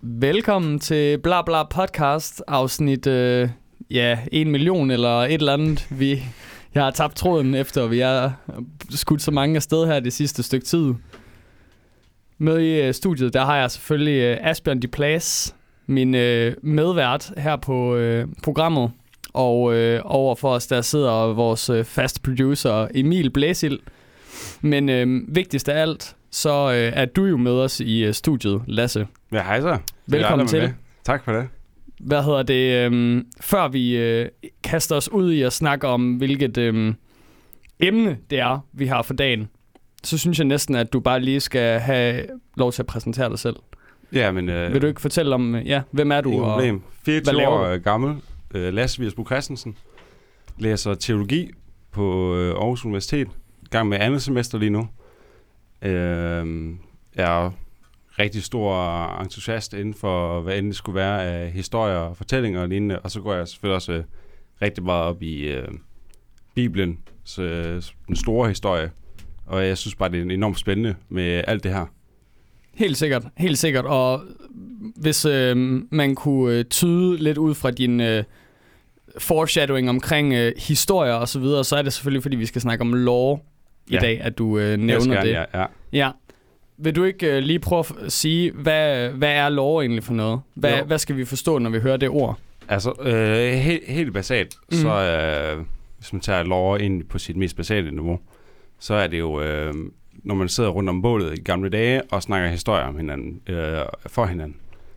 Velkommen til Bla Bla Podcast, afsnit 1 million eller et eller andet. Jeg har tabt tråden efter, vi har skudt så mange afsted her det sidste stykke tid. Med i studiet, der har jeg selvfølgelig Asbjørn Diplads, min medvært her på programmet. Og overfor os, der sidder vores fast producer Emil Blæsild. Men vigtigst af alt, så er du jo med os i studiet, Lasse. Ja, hej så. Velkommen til. Tak for det. Hvad hedder det? Før vi kaster os ud i at snakke om, hvilket emne det er, vi har for dagen, så synes jeg næsten, at du bare lige skal have lov til at præsentere dig selv. Ja, men... Vil du ikke fortælle om, hvem er du? Ingen problem. 24 år gammel. Lasse Virsbo Christensen. Læser teologi på Aarhus Universitet. I gang med andet semester lige nu. Er rigtig stor entusiast inden for, hvad end det skulle være af historier og fortællinger og lignende. Og så går jeg selvfølgelig også rigtig meget op i Bibelen, den store historie. Og jeg synes bare, det er enormt spændende med alt det her. Helt sikkert. Og hvis man kunne tyde lidt ud fra din foreshadowing omkring historier og så videre, så er det selvfølgelig, fordi vi skal snakke om lore i dag, at du nævner det. Ja. Vil du ikke lige prøve at sige, hvad er lore egentlig for noget? Hvad skal vi forstå, når vi hører det ord? Altså, helt basalt, så hvis man tager lore ind på sit mest basale niveau, så er det jo, når man sidder rundt om bålet i gamle dage og snakker historier om hinanden, for hinanden.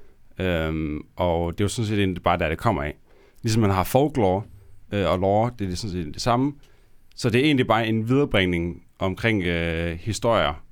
Og det er jo sådan set bare der, det kommer af. Ligesom man har folklore og lore, det er sådan set det samme. Så det er egentlig bare en viderebringning omkring historier.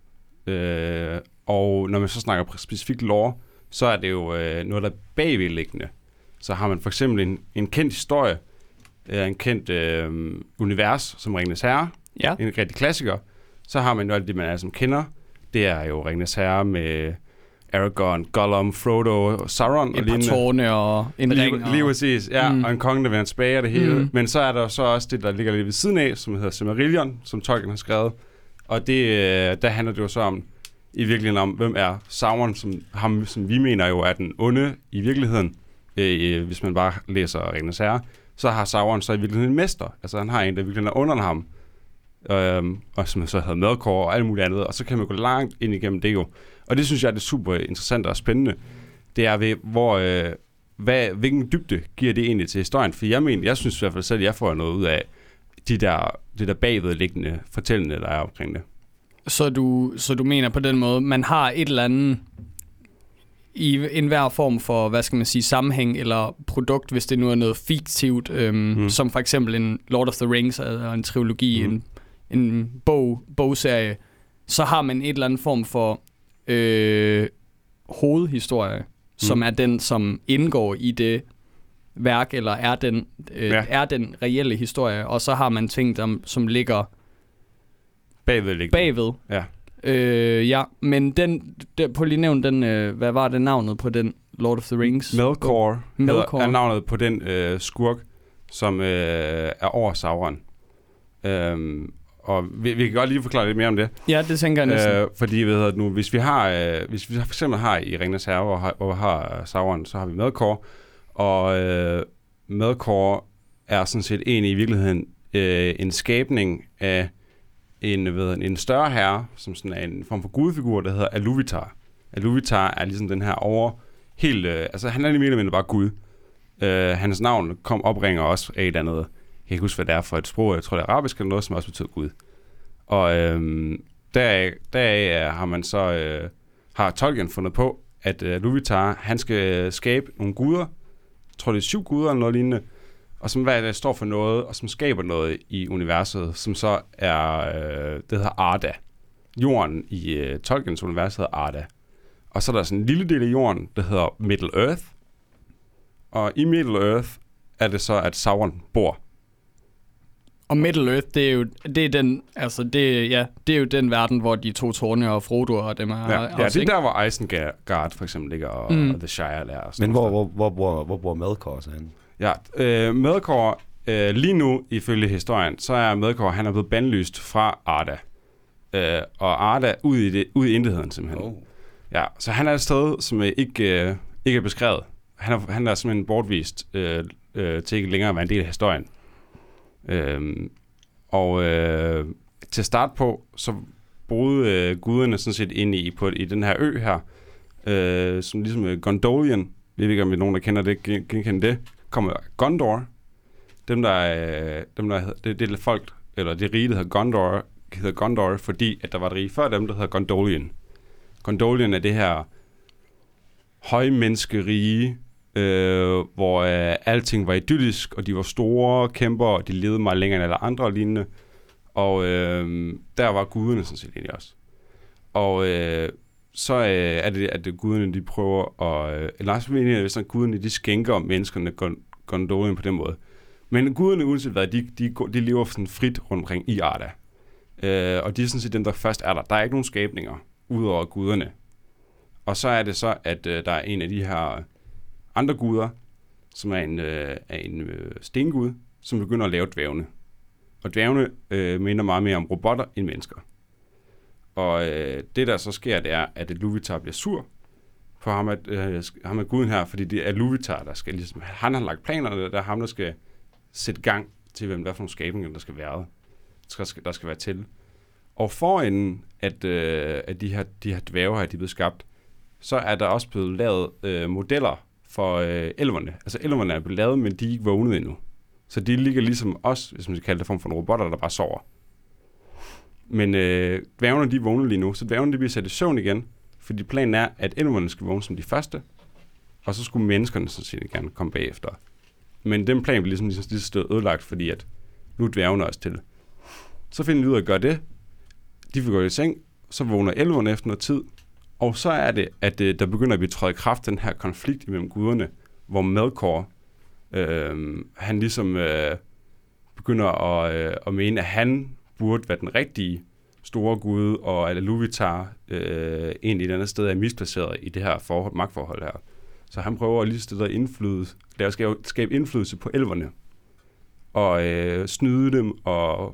Og når man så snakker specifikt lore, så er det jo noget, der er bagvedliggende. Så har man for eksempel en kendt historie, en kendt univers, som Ringenes Herre, en rigtig klassiker. Så har man jo alt det, man alle sammen kender. Det er jo Ringenes Herre med Aragorn, Gollum, Frodo, Sauron og lignende. Et par tårne og en ring. Lige præcis, og en konge, der vender tilbage og det hele. Men så er der så også det, der ligger lidt ved siden af, som hedder Silmarillion, som Tolkien har skrevet. Og det, der handler det jo så om, i virkeligheden om, hvem er Sauron, som vi mener jo er den onde i virkeligheden. Hvis man bare læser Ringenes Herre, så har Sauron så i virkeligheden en mester. Altså han har en, der virkelig er under ham. Og som så hedder Melkor og alt muligt andet. Og så kan man gå langt ind igennem det jo. Og det synes jeg er det super interessant og spændende. Det er ved, hvilken dybde giver det egentlig til historien? For jeg synes i hvert fald selv, at jeg får noget ud af det der bagvedliggende fortællende, der er omkring det. Så du mener på den måde, man har et eller andet i enhver form for, hvad skal man sige, sammenhæng eller produkt, hvis det nu er noget fiktivt, som for eksempel en Lord of the Rings eller en trilogi, en bogserie, så har man et eller andet form for hovedhistorie, som er den, som indgår i det værk, eller er den reelle historie, og så har man ting, som ligger bagved. Ja. Men på lige nævnt den, hvad var det navnet på den Lord of the Rings? Melkor. Er navnet på den skurk, som er over Sauron. Og vi kan godt lige forklare lidt mere om det. Ja, det tænker jeg næsten. Fordi hvis vi for eksempel har i Ringenes Herre, hvor har Sauron, så har vi Melkor. Og Melkor er sådan set egentlig i virkeligheden en skabning af en større herre, som sådan er en form for gudfigur, der hedder Aluvitar. Aluvitar er ligesom den her altså han er lige mere eller mindre bare Gud. Hans navn opringer også af et andet, jeg kan ikke huske, hvad det er for et sprog, jeg tror det er arabisk eller noget, som også betyder Gud. Og deraf har man så, har Tolkien fundet på, at Aluvitar, han skal skabe nogle guder, jeg tror det er 7 guder eller noget lignende, og som hver dag står for noget, og som skaber noget i universet, som så er, det hedder Arda. Jorden i Tolkiens univers hedder Arda. Og så er der sådan en lille del af jorden, der hedder Middle Earth. Og i Middle Earth er det så, at Sauron bor. Og Middle Earth, det er jo den verden, hvor de 2 tårne og Frodo og dem er også, det er der, hvor Isengard for eksempel ligger, og The Shire der. Men hvor bor Melkor så henne? Ja, Melkor, lige nu, ifølge historien, så er Melkor, han er blevet bandlyst fra Arda. Og Arda ud i intetheden, simpelthen. Ja, så han er et sted, som ikke ikke er beskrevet. Han er simpelthen bortvist til ikke længere at være en del af historien. Til at starte på, så boede guderne sådan set inde i den her ø her, som ligesom Gondolin. Jeg ved ikke, om nogen, der kender det, genkender det. Kommer Gondor. Det er folk, eller det rige, der hedder Gondor, fordi at der var et rige før dem, der hedder Gondolin. Gondolin er det her højmenneskerige, hvor alting var idyllisk, og de var store kæmper, og de levede meget længere end alle andre og lignende. Og der var guderne sådan set egentlig også. Og så er det, at guderne de prøver at... Eller sådan, guderne de skænker menneskerne Gondolin på den måde. Men guderne, uanset hvad, de lever sådan frit rundt omkring i Arda. Og de er sådan set dem, der først er der. Der er ikke nogen skabninger, udover guderne. Og så er det så, at der er en af de her andre guder, som er en stengud, som begynder at lave dværgene. Og dværgene minder meget mere om robotter end mennesker. Og det, der så sker, det er, at Iluvatar bliver sur på ham af guden her, fordi det er Iluvatar, der skal ligesom... Han har lagt planerne, der er ham, der skal sætte gang til, hvem der er for nogle skabninger, der skal være der skal være til. Og forinden, at de her dværge her, de er blevet skabt, så er der også blevet lavet modeller for elverne. Altså elverne er blevet lavet, men de er ikke vågnet endnu. Så de ligger ligesom os, hvis man skal kalde det form for nogle robotter, der bare sover. Men dværgene, de vågner lige nu, så dværgene, de bliver sat i søvn igen, fordi planen er, at elverne skal vågne som de første, og så skulle menneskerne sådan set gerne komme bagefter. Men den plan bliver ligesom lige stødt ødelagt, fordi at nu er dværgene også til. Så finder de ud af at gøre det. De vil gå i seng, så vågner elverne efter noget tid, og så er det, at der begynder at blive trådt i kraft den her konflikt imellem guderne, hvor Melkor, han ligesom begynder at mene, at han burde være den rigtige store gud, og at Iluvatar egentlig et andet sted er misplaceret i det her magtforhold her. Så han prøver lige at skabe indflydelse på elverne, og snyde dem, og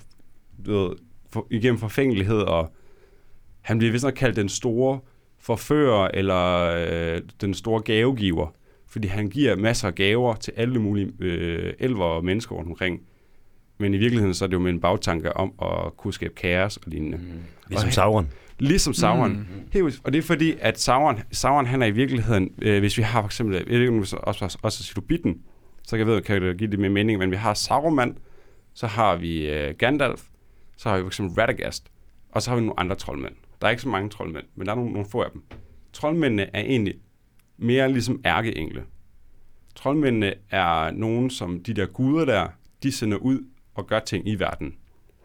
igennem forfængelighed, og han bliver vist nok kaldt den store forfører, eller den store gavegiver, fordi han giver masser af gaver til alle mulige elver og mennesker rundt omkring. Men i virkeligheden så er det jo med en bagtanke om at kunne skabe kaos og lignende. Ligesom Sauron. Ligesom Sauron. Og det er fordi, at Sauron han er i virkeligheden, hvis vi har for eksempel, jeg ved ikke, om vi også siger Hobbiten, så kan det give det mere mening, men vi har Saruman, så har vi Gandalf, så har vi for eksempel Radagast, og så har vi nogle andre troldmænd. Der er ikke så mange troldmænd, men der er nogle få af dem. Troldmændene er egentlig mere ligesom ærkeengle. Troldmændene er nogen, som de der guder der, de sender ud og gør ting i verden.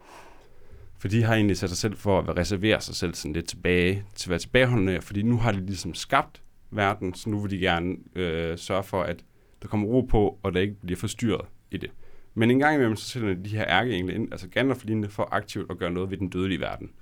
For de har egentlig sat sig selv for at reservere sig selv sådan lidt tilbage, til at være tilbageholdende, fordi nu har de ligesom skabt verden, så nu vil de gerne sørge for, at der kommer ro på, og der ikke bliver forstyrret i det. Men en gang imellem, så sætter de her ærkeengle ind, altså Gandalf-lignende, for aktivt at gøre noget ved den dødelige verden.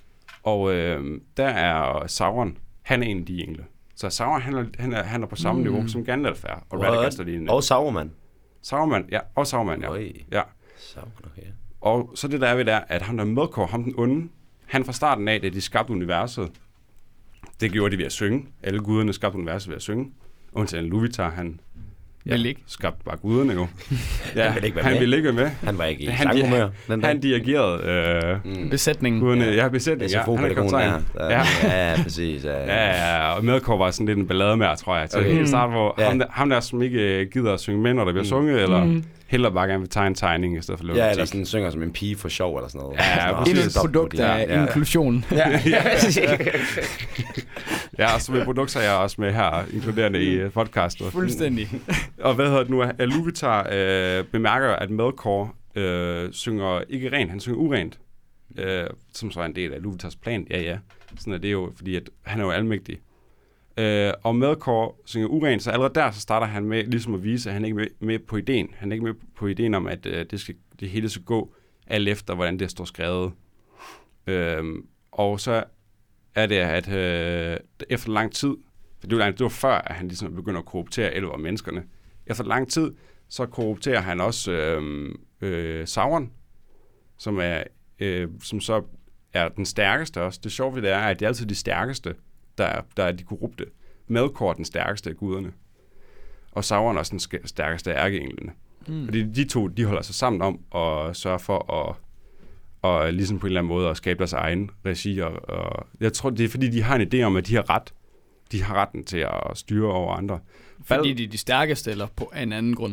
Og der er Sauron, han er en af de engle. Så Sauron, han er på samme niveau, som Gandalf er, og Radagast er lignende. Og Sauron. Sauron, ja. Ja. Sauron, okay. Og så det der er ved der, at ham der Melkor, ham den onde, han fra starten af, da de skabte universet, det gjorde de ved at synge. Alle guderne skabte universet ved at synge. Undtagen Iluvatar, han skabte bare guderne jo. Ja, han ville ikke være med. Han var ikke i sanghumør. Han dirigerede besætningen. Guderne, ja, besætningen. Ja, han er kaptajn. Ja, præcis. Ja, og Melkor var sådan lidt en ballademær, tror jeg. Til helt start, hvor ham der, som ikke gider at synge med, når der bliver sunget, eller hellere bare gerne vil tegne en tegning, i stedet for at ja, eller sådan synger som en pige for sjov, eller sådan noget. Ja, endnu et produkt af inklusion. Ja, og som et produkt, så er jeg også med her, inkluderende i podcastet. Fuldstændig. Og hvad hedder det nu? Iluvatar bemærker, at Melkor synger ikke rent, han synger urent. Som så er en del af Iluvatars plan. Ja. Sådan er det jo, fordi at han er jo almægtig. Og Melkor synger urent, så allerede der så starter han med ligesom at vise, at han ikke er med på ideen. Han er ikke med på ideen om, at det hele skal gå alt efter, hvordan det står skrevet. Og så er det, at efter lang tid, for det var før, at han ligesom begynder at korruptere elver og menneskerne. Efter lang tid, så korrupterer han også Sauron, som så er den stærkeste også. Det sjove ved det er, at det er altid de stærkeste, der er de korrupte. Melkor er den stærkeste af guderne. og Sauron er også den stærkeste af ærkeenglene. Fordi de to, de holder sig sammen om at sørge for at ligesom på en eller anden måde at skabe deres egen regi. Og jeg tror, det er fordi, de har en idé om, at de har ret. De har retten til at styre over andre. Fordi de er de stærkeste, eller på en anden grund?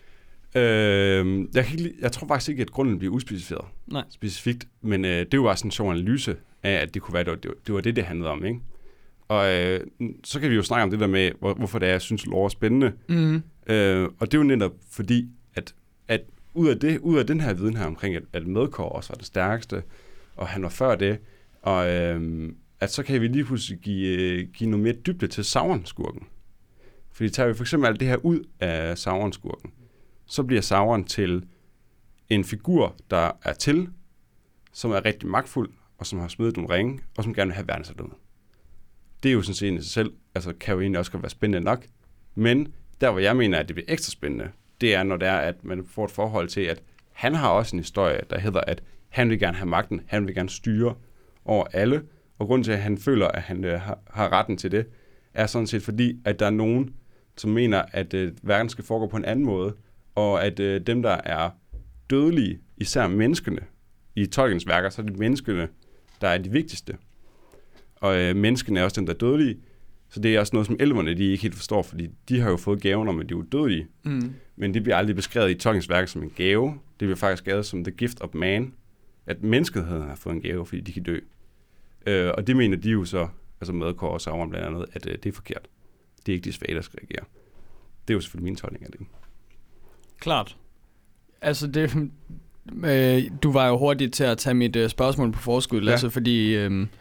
Jeg tror faktisk ikke, at grunden bliver uspecificeret. Nej. Specifikt. Men det er jo også en sjov analyse af, at det kunne være, det var det handlede om, ikke? Og så kan vi jo snakke om det der med, hvorfor det er, jeg synes, lore er spændende. Og det er jo netop fordi, at ud af den her viden her omkring, at Melkor også var det stærkeste, og han var før det, og at så kan vi lige pludselig give noget mere dybde til Sauron-skurken. Fordi tager vi for eksempel alt det her ud af Sauron-skurken, så bliver Sauron til en figur, der er til, som er rigtig magtfuld, og som har smidt nogle ringe, og som gerne vil have verdensherredømmet. Det er jo sådan set i sig selv, altså kan jo egentlig også være spændende nok, men der hvor jeg mener, at det bliver ekstra spændende, det er, når det er, at man får et forhold til, at han har også en historie, der hedder, at han vil gerne have magten, han vil gerne styre over alle, og grunden til, at han føler, at han har retten til det, er sådan set fordi, at der er nogen, som mener, at verden skal foregå på en anden måde, og at dem, der er dødelige, især menneskene, i Tolkiens værker, så er det menneskene, der er de vigtigste. Og menneskene er også dem, der er dødelige, så det er også noget, som elverne de ikke helt forstår, fordi de har jo fået gaven om, at de er udødelige. Men det bliver aldrig beskrevet i Tolkiens værker som en gave. Det bliver faktisk skrevet som the gift of man, at menneskeheden har fået en gave, fordi de kan dø. Og det mener de jo så, altså Melkor og Sauron blandt andet, at det er forkert. Det er ikke de svage, der skal reagere. Det er jo selvfølgelig min tolkning af det. Klart. Altså det, du var jo hurtigt til at tage mit spørgsmål på forskud, Lasse, fordi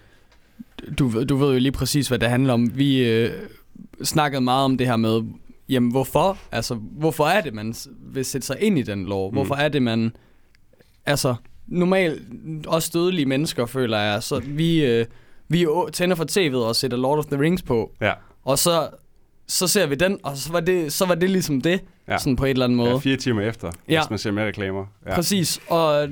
du ved jo lige præcis, hvad det handler om. Vi snakkede meget om det her med, jamen hvorfor? Altså, hvorfor er det, man vil sætte sig ind i den lov? Hvorfor er det, man... Altså, normalt, også dødelige mennesker, føler jeg, så vi tænder for tv'et og sætter Lord of the Rings på. Ja. Og så ser vi den, og så var det ligesom det, sådan på et eller andet måde. 4 timer efter, hvis man ser mere reklamer. Ja. Præcis, og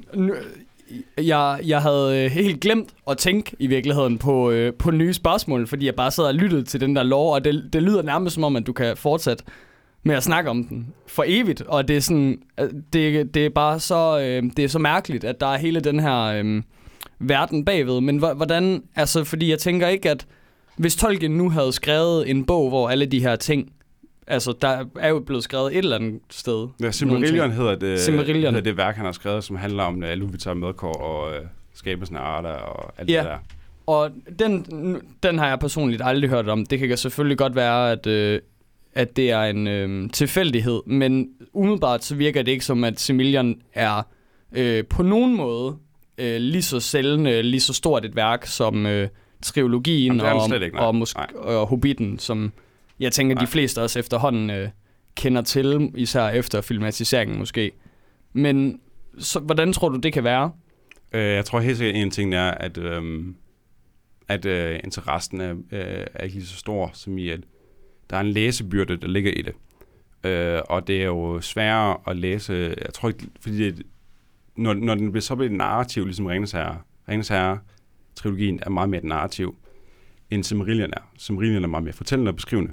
jeg havde helt glemt at tænke i virkeligheden på nye spørgsmål, fordi jeg bare sad og lyttede til den der lore, og det lyder nærmest som om, at du kan fortsætte med at snakke om den for evigt, og det er sådan, det er bare så, det er så mærkeligt, at der er hele den her verden bagved, men hvordan, altså fordi jeg tænker ikke, at hvis Tolkien nu havde skrevet en bog, hvor alle de her ting, altså der er jo blevet skrevet et eller andet sted. Ja, Silmarillion hedder det værk, han har skrevet, som handler om Iluvatar, Melkor og skabelsen af Arda og alt det der. Og den har jeg personligt aldrig hørt om. Det kan selvfølgelig godt være, at det er en tilfældighed, men umiddelbart så virker det ikke som, at Silmarillion er på nogen måde lige så sælgende, lige så stort et værk som trilogien og Hobbiten, som jeg tænker, de fleste også efterhånden kender til, især efter filmatiseringen måske. Men hvordan tror du, det kan være? Jeg tror helt sikkert, en ting er, at interessen er ikke lige så stor, som i, at der er en læsebyrde, der ligger i det. Og det er jo sværere at læse, jeg tror ikke, fordi når den bliver så blevet narrativ, ligesom Ringenes Herre-trilogien er meget mere et narrativ, end Silmarillion er. Silmarillion er meget mere fortællende og beskrivende.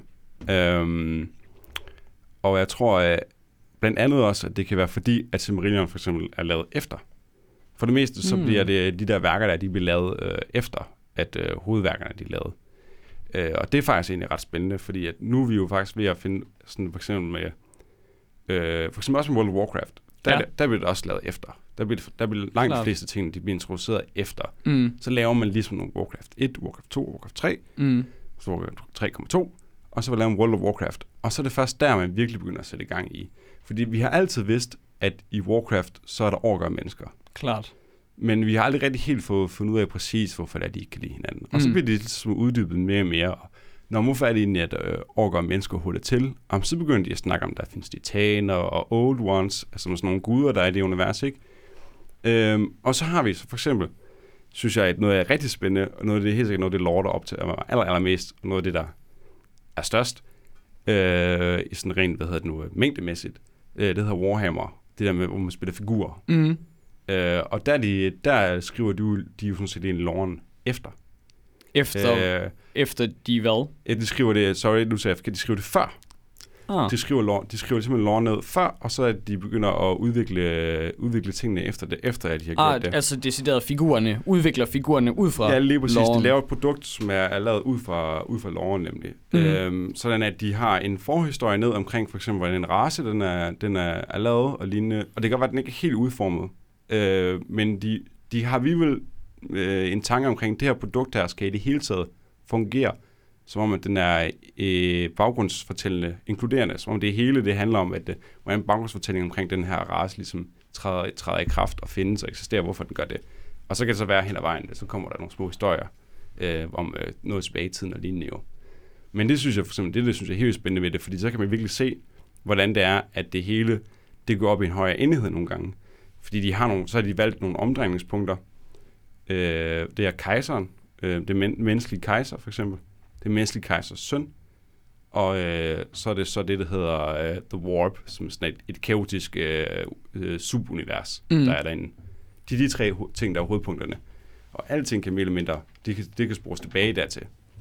Og jeg tror blandt andet også, at det kan være fordi, at Silmarillion for eksempel er lavet efter. For det meste, så bliver det de der værker, de bliver lavet efter, at hovedværkerne de er lavet. Og det er faktisk egentlig ret spændende, fordi at nu er vi jo faktisk ved at finde sådan for eksempel med, for eksempel også med World of Warcraft, der bliver det også lavet efter. Der bliver langt de fleste ting, de bliver introduceret efter. Så laver man ligesom nogle Warcraft 1, Warcraft 2, Warcraft 3, så Warcraft 3,2, og så vil lave en World of Warcraft. Og så er det først der, man virkelig begynder at sætte i gang i. Fordi vi har altid vidst, at i Warcraft, så er der orker og mennesker. Klart. Men vi har aldrig rigtig helt fået fundet ud af præcis, hvorfor de ikke kan lide hinanden. Og så bliver det ligesom uddybet mere og mere. Og hvorfor er det egentlig, at orker og mennesker holder til? Og så begynder de at snakke om, der findes titaner og old ones, altså sådan nogle guder, der er i det univers, ikke? Og så har vi så for eksempel, synes jeg, at noget er rigtig spændende, og noget af det helt sikkert noget, det lorter op til allermest, og noget af det, der er størst, i sådan rent, mængdemæssigt. Det hedder Warhammer, det der med, hvor man spiller figurer. Og der skriver de jo sådan set en loren efter. Efter de hvad? Ja, de skriver det, sorry, nu sagde jeg, de skriver det før. De skriver simpelthen lore ned før, og så er de begynder at udvikle tingene efter at de har gjort det. Altså decideret figurerne, udvikler figurerne ud fra. Ja, lige præcis. Loren. De laver et produkt, som er lavet ud fra loren nemlig. Sådan at de har en forhistorie ned omkring, for eksempel, hvordan en race den er lavet og lignende. Og det kan godt være, at den ikke er helt udformet. Men de har alligevel en tanke omkring, det her produkt her skal i det hele taget fungere, som om at den er baggrundsfortællende, inkluderende, som om det hele det handler om, at hvordan baggrundsfortællingen omkring den her race ligesom træder i kraft og findes og eksisterer, hvorfor den gør det. Og så kan det så være hen ad vejen, så kommer der nogle små historier om noget tilbage i tiden og lignende jo. Men det synes jeg for eksempel, det synes jeg er helt spændende ved det, fordi så kan man virkelig se, hvordan det er, at det hele, det går op i en højere enhed nogle gange. Fordi så har de valgt nogle omdrejningspunkter. Det er kejseren, det menneskelige kejser for eksempel, det menneskelige kejsers søn, og så er det så det, der hedder The Warp, som er sådan et kaotisk subunivers, der er derinde. De tre ting, der er hovedpunkterne. Og alting kan mere eller mindre, det kan spores tilbage dertil.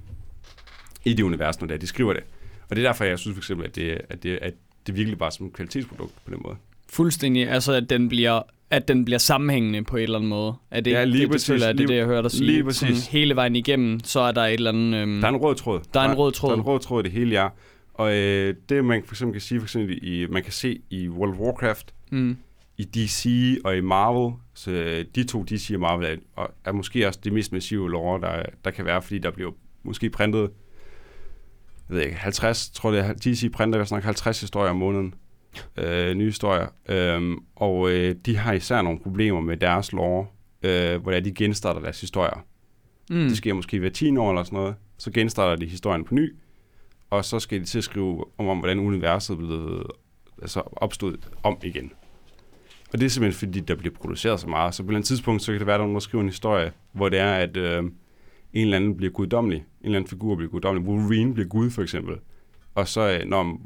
I det univers, når de skriver det. Og det er derfor, jeg synes for eksempel, at det virkelig bare som et kvalitetsprodukt på den måde. Fuldstændig, altså at den bliver sammenhængende på en eller anden måde. Er det ja, ikke det, det er det, jeg hørte dig sige? Lige præcis. Sådan, hele vejen igennem, så er der et eller andet... der er en rød tråd. Der er en rød tråd i det hele, ja. Og det, man for eksempel kan sige, man kan se i World of Warcraft, i DC og i Marvel, så de to, DC og Marvel, er måske også det mest massive lore, der kan være, fordi der bliver måske printet, jeg ved ikke, 50, tror jeg, DC printer snart 50 historier om måneden. Nye historier. Og de har især nogle problemer med deres lore, hvor de genstarter deres historier. Det sker måske hver 10 år eller sådan noget. Så genstarter de historien på ny, og så skal de til at skrive om hvordan universet er blevet opstået om igen. Og det er simpelthen fordi, der bliver produceret så meget. Så på et eller andet tidspunkt, så kan det være, at der skriver en historie, hvor det er, at en eller anden bliver guddommelig. En eller anden figur bliver guddommelig. Wolverine bliver gud, for eksempel. Og så,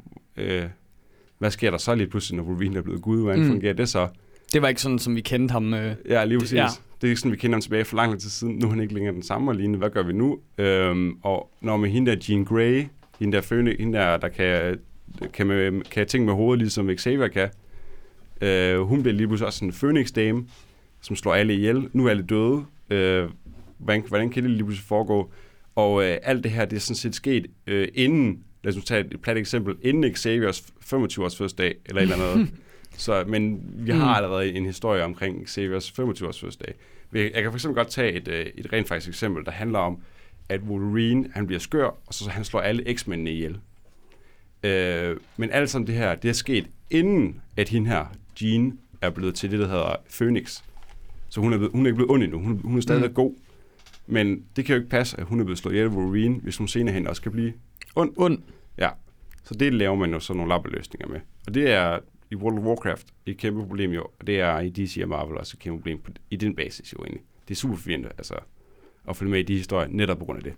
hvad sker der så lige pludselig, når Wolverine er blevet gud? Hvordan fungerer det så? Det var ikke sådan, som vi kendte ham. Ja, lige præcis. Ja. Det er ikke sådan, vi kender ham tilbage for lang tid siden. Nu er han ikke længere den samme og lignende. Hvad gør vi nu? Og når med hende der Jean Grey, hende der kan tænke med hovedet, ligesom Xavier kan, hun bliver lige pludselig også sådan en Phoenix-dame, som slår alle ihjel. Nu er alle døde. Hvordan kan det lige pludselig foregå? Og alt det her, det er sådan set sket inden, lad os tage et plat eksempel, inden Xaviers 25-års fødselsdag, eller et eller andet. Så, men vi har allerede en historie omkring Xaviers 25-års fødselsdag. Jeg kan for eksempel godt tage et rent faktisk eksempel, der handler om, at Wolverine, han bliver skør, og så han slår alle X-mændene ihjel. Men alt sådan det her, det er sket inden, at hende her, Jean, er blevet til det, der hedder Phoenix. Så hun er ikke blevet ond endnu. Hun er stadig god. Men det kan jo ikke passe, at hun er blevet slået ihjel af Wolverine, hvis hun senere hen også kan blive ond. Ja, så det laver man jo sådan nogle lappeløsninger med. Og det er i World of Warcraft et kæmpe problem jo, og det er i DC og Marvel også et kæmpe problem i den basis jo egentlig. Det er super forvirrende, altså, at følge med i de historier, netop på grund af det.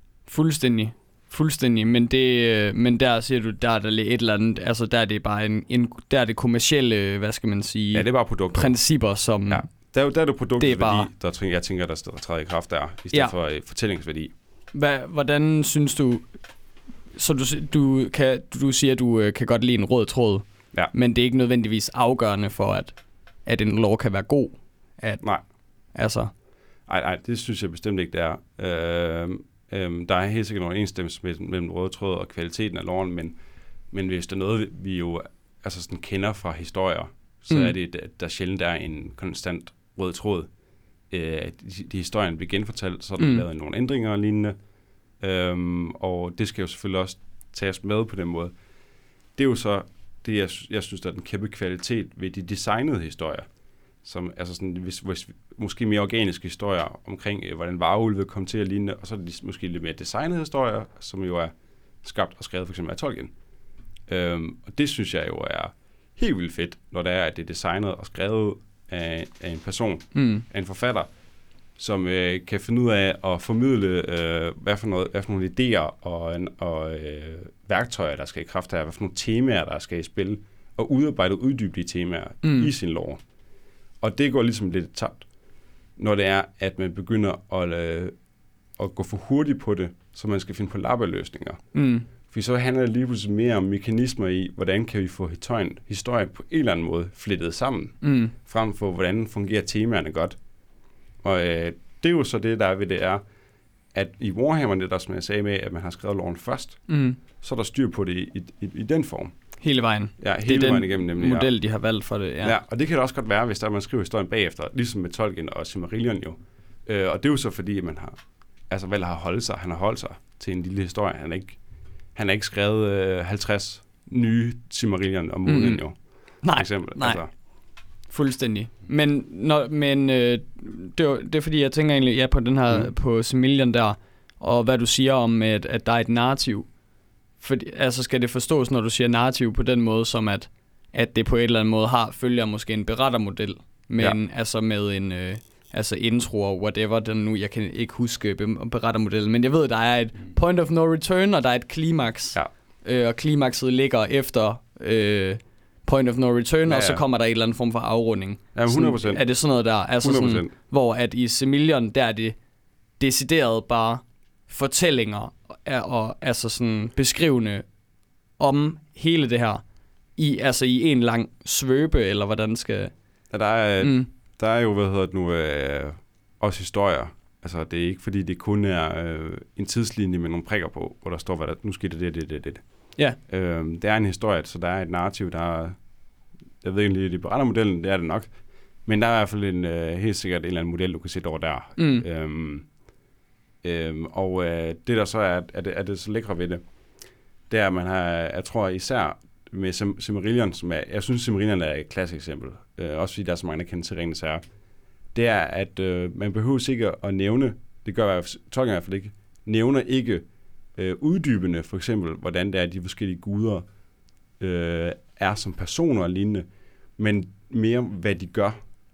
Fuldstændig, men der siger du, der er der et eller andet, altså der er det bare der er det kommercielle, hvad skal man sige? Ja, det er bare produkter. Principper, som... Ja. Der er det produktets bare... værdi, jeg tænker, der træder i kraft der, i stedet for fortællingsværdi. Hvordan synes du, så du siger, at du kan godt lide en rød tråd, men det er ikke nødvendigvis afgørende for, at en lore kan være god? Nej. Altså... Nej, det synes jeg bestemt ikke, det er. Der er helt sikkert en overensstemmelse mellem røde tråd og kvaliteten af loren, men hvis der er noget, vi jo altså sådan kender fra historier, så er det, at der sjældent er en konstant rød tråd. De historierne bliver genfortalt, så er der lavet nogle ændringer og lignende. Og det skal jo selvfølgelig også tages med på den måde. Det er jo så det, jeg synes, der er den kæmpe kvalitet ved de designede historier. Som, altså sådan, hvis måske mere organiske historier omkring, hvordan varulve kom til at ligne, og så er det måske lidt mere designede historier, som jo er skabt og skrevet for eksempel af Tolkien. Og det synes jeg jo er helt vildt fedt, når det er, at det er designet og skrevet af en person, af en forfatter, som kan finde ud af at formidle, hvad for nogle idéer og værktøjer, der skal i kraft af, hvad for nogle temaer, der skal i spil, og udarbejde og uddybe de temaer i sin lore. Og det går ligesom lidt tabt, når det er, at man begynder at gå for hurtigt på det, så man skal finde på lappeløsninger. For så handler det lige pludselig mere om mekanismer i, hvordan kan vi få historien på en eller anden måde flettet sammen, frem for hvordan fungerer temaerne godt. Og det er jo så det, der er ved det er, at i Warhammer, det der, som jeg sagde med, at man har skrevet loven først, så er der styr på det i den form. Hele vejen. Ja, hele vejen igennem nemlig. Model, de har valgt for det. Ja, og det kan det også godt være, hvis der man skriver historien bagefter, ligesom med Tolkien og Silmarillion jo. Og det er jo så fordi, at man har, altså vel har holdt sig til en lille historie. Han har ikke skrevet 50 nye Silmarillion om måden jo. Nej, for eksempel. nej. Altså. Fuldstændig. Men det er fordi, jeg tænker egentlig på den her, på Silmarillion der, og hvad du siger om, at der er et narrativ. Altså skal det forstås, når du siger narrativ på den måde, som at det på en eller anden måde følger måske en berettermodel, med en intro og whatever, den nu, jeg kan ikke huske berettermodellen, men jeg ved, der er et point of no return, og der er et klimaks, og klimakset ligger efter point of no return, og så kommer der en eller anden form for afrunding. Ja, 100%. Er det sådan noget der? Altså 100%. sådan, hvor at i Silmarillion, der er det decideret bare fortællinger, og altså sådan beskrivende om hele det her, i en lang svøbe, eller hvordan skal... Ja, der er jo, også historier. Altså, det er ikke, fordi det kun er en tidslinje med nogle prikker på, hvor der står, hvad der nu skete det. Ja. Det er en historie, så der er et narrativ, der er... Jeg ved ikke, det berettermodellen, det er det nok. Men der er i hvert fald helt sikkert en eller anden model, du kan sætte over der. Det der så er det så lækre ved det, det er, at man har, jeg tror især med Silmarillion, jeg synes Silmarillion er et klassisk eksempel, også fordi der er så mange, der kender til Ringenes Herre, det er, at man behøver ikke at nævne, det gør Tolkien i hvert fald ikke, nævner ikke uddybende, for eksempel, hvordan det er, de forskellige guder er som personer og lignende, men mere, hvad de gør.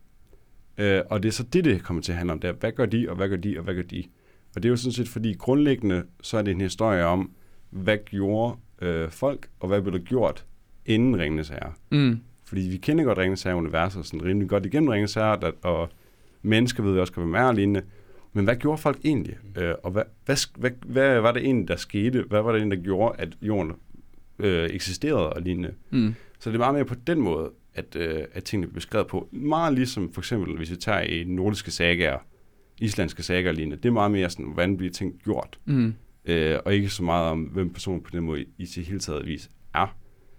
Og det er så det kommer til at handle om, det er, hvad gør de, og hvad gør de, og hvad gør de? Og det er jo sådan set, fordi grundlæggende, så er det en historie om, hvad gjorde folk, og hvad blev der gjort inden Ringenes Herre. Fordi vi kender godt Ringenes Herre-universet, sådan rimelig godt igennem Ringenes Herre, og mennesker ved også, hvem er lignende. Men hvad gjorde folk egentlig? Og hvad var det egentlig, der skete? Hvad var det egentlig, der gjorde, at jorden eksisterede og lignende? Så det er meget mere på den måde, at tingene bliver skrevet på. Meget ligesom for eksempel, hvis vi tager i nordiske sagaer, islandske sager og lignende. Det er meget mere sådan, hvordan bliver ting gjort. Og ikke så meget om, hvem personen på den måde i sit hele taget vis er.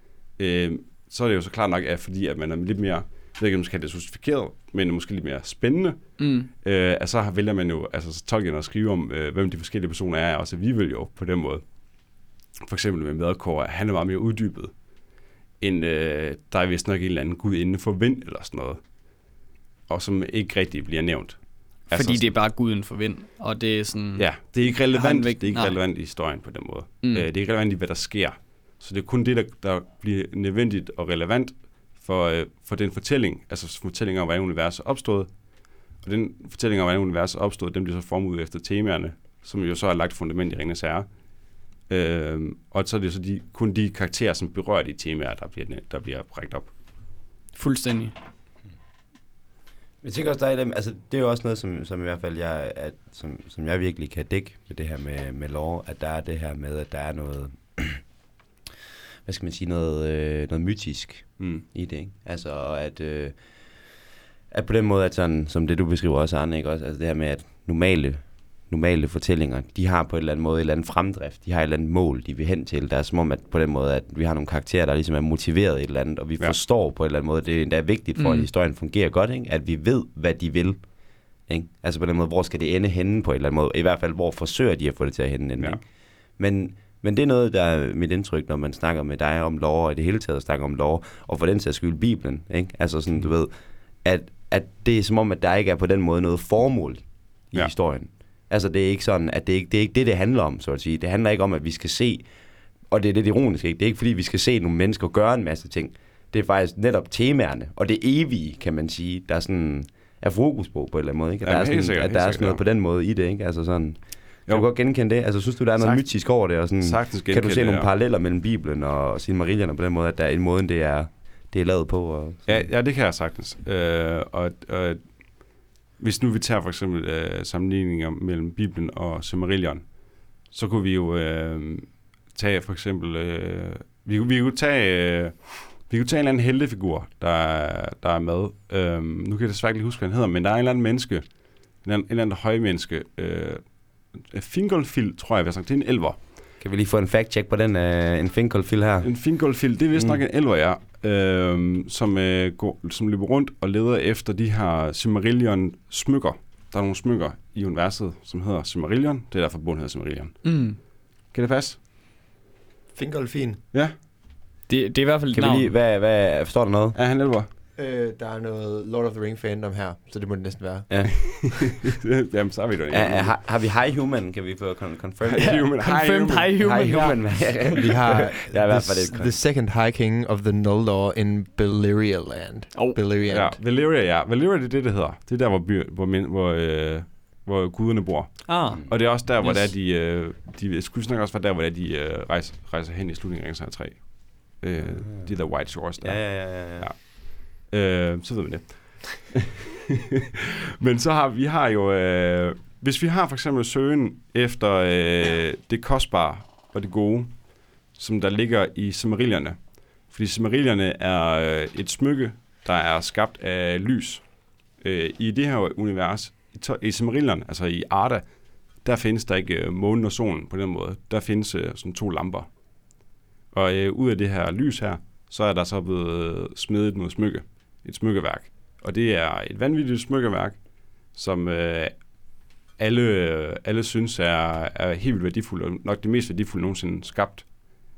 Så er det jo så klart nok, at fordi at man er lidt mere, jeg ved ikke, om man skal have det justifikeret, men måske lidt mere spændende, at så vælger man jo, altså Tolkien at skrive om, hvem de forskellige personer er, også vi vil jo på den måde. For eksempel med Melkor, han er meget mere uddybet, end der er vist nok en eller anden gud inden for vind, eller sådan noget, og som ikke rigtig bliver nævnt. Fordi det er bare guden for vind, og det er sådan... Ja, det er ikke relevant, det er ikke relevant i historien på den måde. Det er ikke relevant i, hvad der sker. Så det er kun det, der bliver nødvendigt og relevant for den fortælling, altså fortællinger om, hvordan universet er opstået. Og den fortælling om, hvordan universet er opstået, den bliver så formet ud efter temaerne, som jo så har lagt fundament i Ringenes Herre. Og så er det så kun de karakterer, som berører de temaer, der bliver brækt op. Fuldstændig. Jeg tænker også, der er altså det er jo også noget, som i hvert fald som jeg virkelig kan dække med det her med lore, at der er det her med, at der er noget, hvad skal man sige, noget mytisk i det, ikke? Altså at på den måde, at sådan, som det du beskriver også, Arne, ikke? Også, altså det her med, at normale fortællinger, de har på en eller anden måde en eller anden fremdrift, de har et eller andet mål, de vil hen til. Der er som om, at på den måde, at vi har nogle karakterer, der ligesom er motiveret et eller andet, og vi forstår på en eller anden måde, det er endda vigtigt for, at historien fungerer godt, ikke? At vi ved, hvad de vil. Ikke? Altså på den måde, hvor skal det ende henne på en eller anden måde? I hvert fald, hvor forsøger de at få det til at hende. Ja. Men det er noget, der er mit indtryk, når man snakker med dig om lore, og i det hele taget snakker om lore, og for den sags skyld Bibelen. Ikke? Altså sådan, du ved, at det er som om, at der ikke er på den måde noget formål i historien. Altså det er ikke sådan, at det er ikke det handler om, så at sige. Det handler ikke om, at vi skal se, og det er lidt ironisk, ikke? Det er ikke fordi, vi skal se nogle mennesker gøre en masse ting. Det er faktisk netop temaerne, og det evige, kan man sige, der sådan er fokus på en eller anden måde, ikke? At der er sådan, at der er sådan noget på den måde i det, ikke? Altså sådan, kan du godt genkende det? Altså synes du, der er noget mytisk over det, og sådan, kan du se nogle paralleller mellem Bibelen og Silmarillion på den måde, at der er en måde, det er lavet på? Og ja, det kan jeg sagtens. Og hvis nu vi tager for eksempel sammenligninger mellem Bibelen og Silmarillion, så kunne vi jo tage for eksempel... Vi kunne tage en eller anden heltefigur, der er med. Nu kan jeg desværre ikke huske, hvad han hedder, men der er en eller anden menneske, en eller anden højmenneske. Fingolfil, tror jeg, vi har sagt. Det er en elver. Kan vi lige få en fact-check på den, en Fingolfil her? En Fingolfil, det er vist nok en elver, ja. Som løber rundt og leder efter de her Silmarillion-smykker. Der er nogle smykker i universet, som hedder Silmarillion. Det er derfor bogen hedder Silmarillion. Kan det passe? Fingolfin. Ja. Det er i hvert fald et navn. Kan vi lige, hvad forstår du noget? Ja, han elver. Der er noget Lord of the Ring fandom her, så det må det næsten være. Ja. Jamen, så har vi det ikke. Har vi High Human? Kan vi få confirm? High Human. Vi har the second High King of the Noldor in Beleriand land. Beleriand. Ja, Valyria, det er det hedder. Det er der, hvor guderne bor. Og det er også der, hvor de skulle snakke også fra der, hvor de rejser hen i slutningen af Ringens 3. De der White Shores der. Ja. Så ved vi det. Men så har vi jo... hvis vi har for eksempel søgen efter det kostbare og det gode, som der ligger i Silmarillierne. Fordi Silmarillierne er et smykke, der er skabt af lys. I det her univers, i Silmarillion, altså i Arda, der findes der ikke månen og solen på den måde. Der findes sådan 2 lamper. Og ud af det her lys her, så er der så blevet smedet noget smykke. Et smykkeværk. Og det er et vanvittigt smykkeværk, som alle synes er helt vildt værdifuldt, og nok det mest værdifulde nogensinde skabt.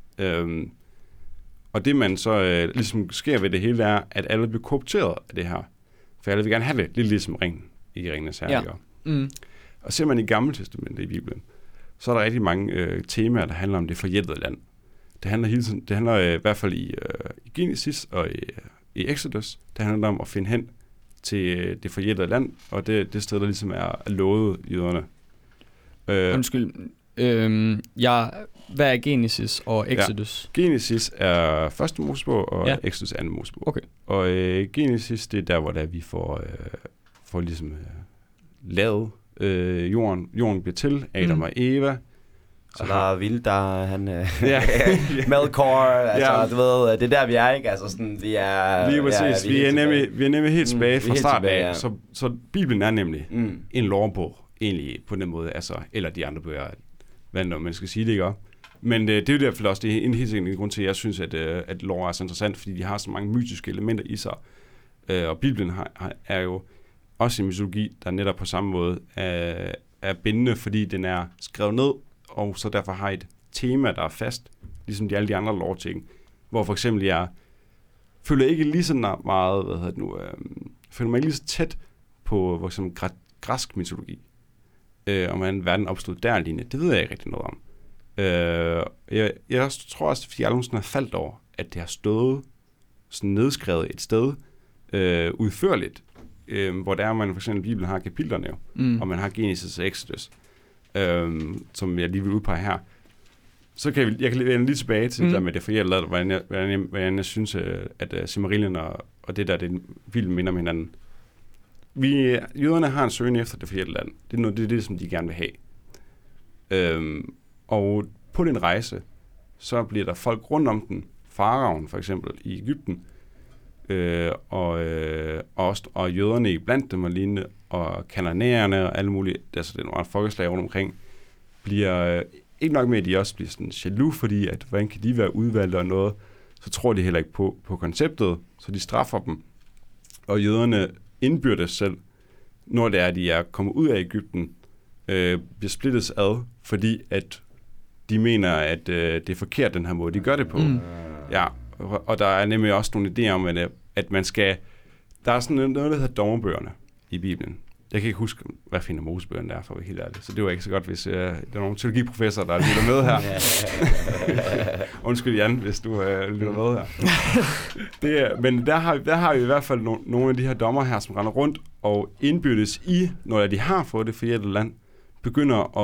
Og det man så ligesom sker ved det hele er, at alle bliver korrupteret af det her. For alle vil gerne have det, lidt ligesom ringen i Ringenes Herre. Ja. Og ser man i Gamle Testamentet i Bibelen, så er der rigtig mange temaer, der handler om det forjættede land. Det handler i hvert fald i Genesis og i Exodus, det handler om at finde hen til det forjættede land, og det sted, der ligesom er lovet jøderne. Undskyld. Hvad er Genesis og Exodus? Ja. Genesis er første Mosebog, og Exodus er anden Mosebog. Okay. Og Genesis, det er der, hvor vi får ligesom lavet jorden. Jorden bliver til, Adam og Eva. Så der er vildt, der han... Melkor, altså, du ved, det er der, vi er, ikke? Altså, sådan, vi er... Lige præcis. Vi er nemlig helt tilbage fra start af. Så Bibelen er nemlig en lovbog, egentlig, på den måde, altså, eller de andre bøger, hvad når man skal sige det, ikke? Men det er jo derfor også, det er en helt sikkert grund til, at jeg synes, at lov er så interessant, fordi de har så mange mytiske elementer i sig. Og Bibelen er jo også en mytologi, der netop på samme måde er bindende, fordi den er skrevet ned, og så derfor har et tema, der er fast, ligesom alle de andre lovting, hvor for eksempel jeg føler ikke lige så meget, føler mig ikke lige så tæt på for eksempel græsk mytologi, og hvordan verden opstod der lignende. Det ved jeg ikke rigtig noget om. Jeg tror også, fordi jeg aldrig har faldt over, at det har stået sådan nedskrevet et sted udførligt, hvor der man for eksempel i Bibelen har kapitlerne jo, og man har Genesis og Exodus, som jeg lige vil udpege her. Så kan jeg kan vende lige tilbage til det der med det forjættede, hvordan jeg synes, at Silmarillion og det der, det vildt minder om hinanden. Jøderne har en søgen efter det forjættede land. Det er det, som de gerne vil have. Og på den rejse, så bliver der folk rundt om den. Faraoen for eksempel i Egypten, og jøderne i blandt dem og lignende, og kananæerne og alle mulige, altså det er nogle folkeslag rundt omkring, bliver ikke nok med, at de også bliver sådan jaloux, fordi at hvordan kan de være udvalgt og noget, så tror de heller ikke på konceptet, så de straffer dem. Og jøderne indbyrdes selv, når det er, at de er kommet ud af Egypten, bliver splittet ad, fordi at de mener, at det er forkert den her måde, de gør det på. Ja, og der er nemlig også nogle idéer om, at man skal... Der er sådan noget, der hedder dommerbøgerne i Bibelen. Jeg kan ikke huske, hvad finder Mosebøgerne der, for at være helt ærligt. Så det var ikke så godt, hvis der er nogle teologiprofessorer, der lytter med her. Undskyld Jan, hvis du lytter med her. Men der har vi i hvert fald nogle af de her dommer her, som render rundt og indbyrdes i, når de har fået det forjættede land, begynder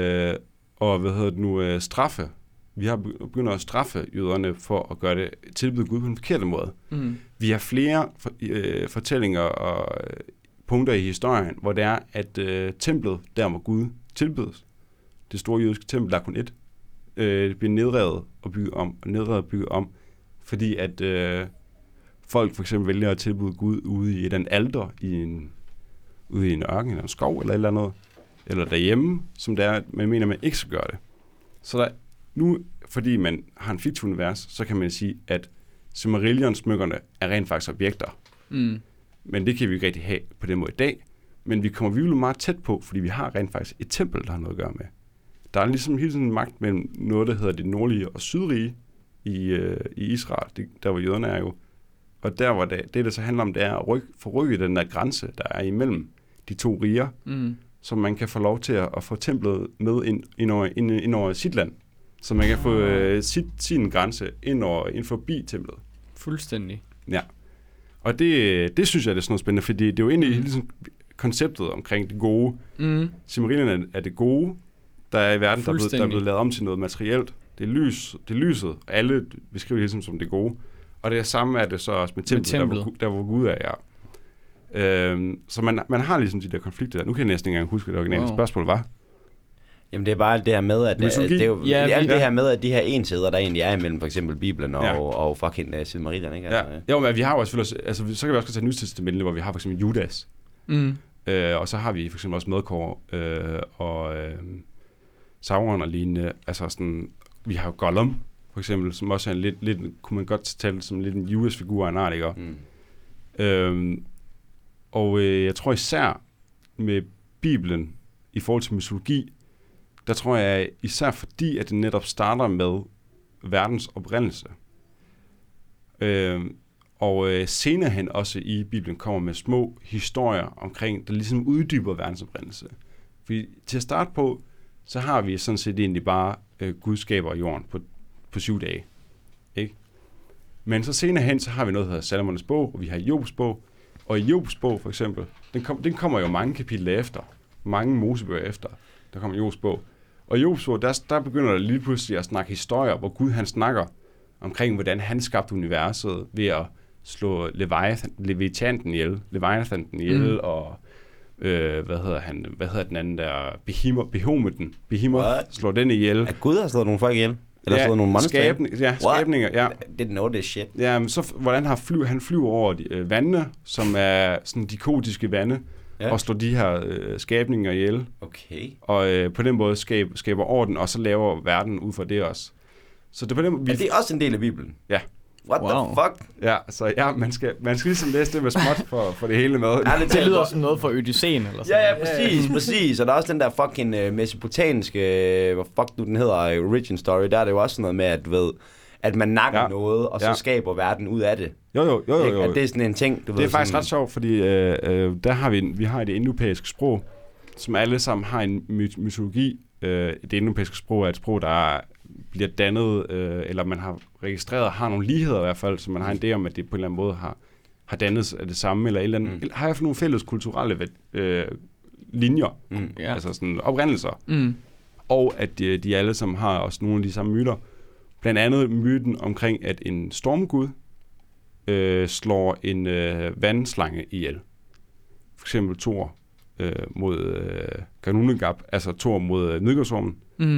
at straffe. Vi har begyndt at straffe jøderne for at gøre det tilbyde Gud på en forkert måde. Vi har flere fortællinger og punkter i historien, hvor det er, at templet, der hvor Gud tilbydes, det store jødiske tempel, der er kun ét, bliver nedrevet og bygget om, fordi at folk for eksempel vælger at tilbyde Gud ude i et alter ude i en ørken eller en skov eller et eller andet, eller derhjemme, som det er, man mener, man ikke skal gøre det. Så der, nu, fordi man har en fiktiv univers, så kan man sige, at Silmarillion-smykkerne er rent faktisk objekter. Mm. Men det kan vi ikke rigtig have på den måde i dag. Men vi kommer virkelig meget tæt på, fordi vi har rent faktisk et tempel, der har noget at gøre med. Der er ligesom hele tiden en magt mellem noget, der hedder det nordlige og sydrige i Israel, der hvor jøderne er jo. Og der, hvor det så handler om, det er at forrykke den der grænse, der er imellem de to riger, så man kan få lov til at få templet med ind over sit land. Så man kan få sin grænse ind forbi templet. Fuldstændig. Ja. Og det synes jeg, det er sådan noget spændende, fordi det er jo egentlig ligesom konceptet omkring det gode. Silmarillion er det gode, der er i verden, der er blevet lavet om til noget materielt. Det er lyset, og alle beskriver det ligesom som det gode. Og det samme er det så også med templet. Der hvor Gud er, ja. Så man har ligesom de der konflikter der. Nu kan jeg næsten ikke engang huske, hvad det originale spørgsmål var. Jamen det er bare det her med, at det er jo det her med, at de her enheder, der egentlig er imellem for eksempel Bibelen og fucking Silmarillion, ikke? Altså, ja. Jo, men vi har jo selvfølgelig, altså så kan vi også tage Nytestamentet, hvor vi har for eksempel Judas. Og så har vi for eksempel også Mødkår og Sauron og lignende. Altså sådan, vi har jo Gollum, for eksempel, som også er en lidt kunne man godt tale som lidt en Judas-figur af en art, ikke? Og jeg tror især med Bibelen, i forhold til mytologi, der tror jeg især fordi, at det netop starter med verdens oprindelse. Og senere hen også i Bibelen kommer med små historier omkring, der ligesom uddyber verdens oprindelse. Fordi til at starte på, så har vi sådan set egentlig bare Gud skaber jorden på 7 dage. Ikke? Men så senere hen, så har vi noget, der hedder Salomonens bog, og vi har Jobs bog. Og i Jobs bog for eksempel, den kommer jo mange kapitler efter. Mange Mosebøger efter, der kommer Jobs bog. Og i Jobs bog, der begynder der lige pludselig at snakke historier, hvor Gud han snakker omkring, hvordan han skabte universet ved at slå Leviathan ihjel, og hvad hedder den anden der, Behemoth slår den ihjel. At Gud har slået nogle folk ihjel? Eller slået nogle monster skabninger, ja. Didn't know this shit. Ja, men så hvordan han flyver over vandene, som er sådan de kotiske vande, og slår de her skabninger ihjel. Okay. Og på den måde skaber orden, og så laver verden ud fra det også. Så det er på den måde, er det også en del af Bibelen? Ja. What the fuck? Ja, så ja, man skal ligesom læse det med småt for det hele med. Ja, det lyder som noget for Odysseen eller sådan. Ja, præcis. Og der er også den der fucking mesopotamiske, hvad fuck nu den hedder, origin story. Der er det jo også sådan noget med, at du ved, at man nakker noget, og så skaber verden ud af det. Jo. At det er sådan en ting, du ved. Det er faktisk ret sjovt, fordi der har vi har et indoeuropæisk sprog, som alle sammen har en mytologi. Det indoeuropæiske sprog er et sprog, der bliver dannet, eller man har registreret, har nogle ligheder i hvert fald, så man har en idé om, at det på en eller anden måde har dannet af det samme, eller et eller andet. Har jeg for nogle fælles kulturelle linjer, altså sådan oprindelser. Og at de alle sammen har også nogle af de samme myter. Blandt andet myten omkring, at en stormgud slår en vandslange ihjel. For eksempel Thor mod Kanunegab, altså Thor mod Midgårdsormen.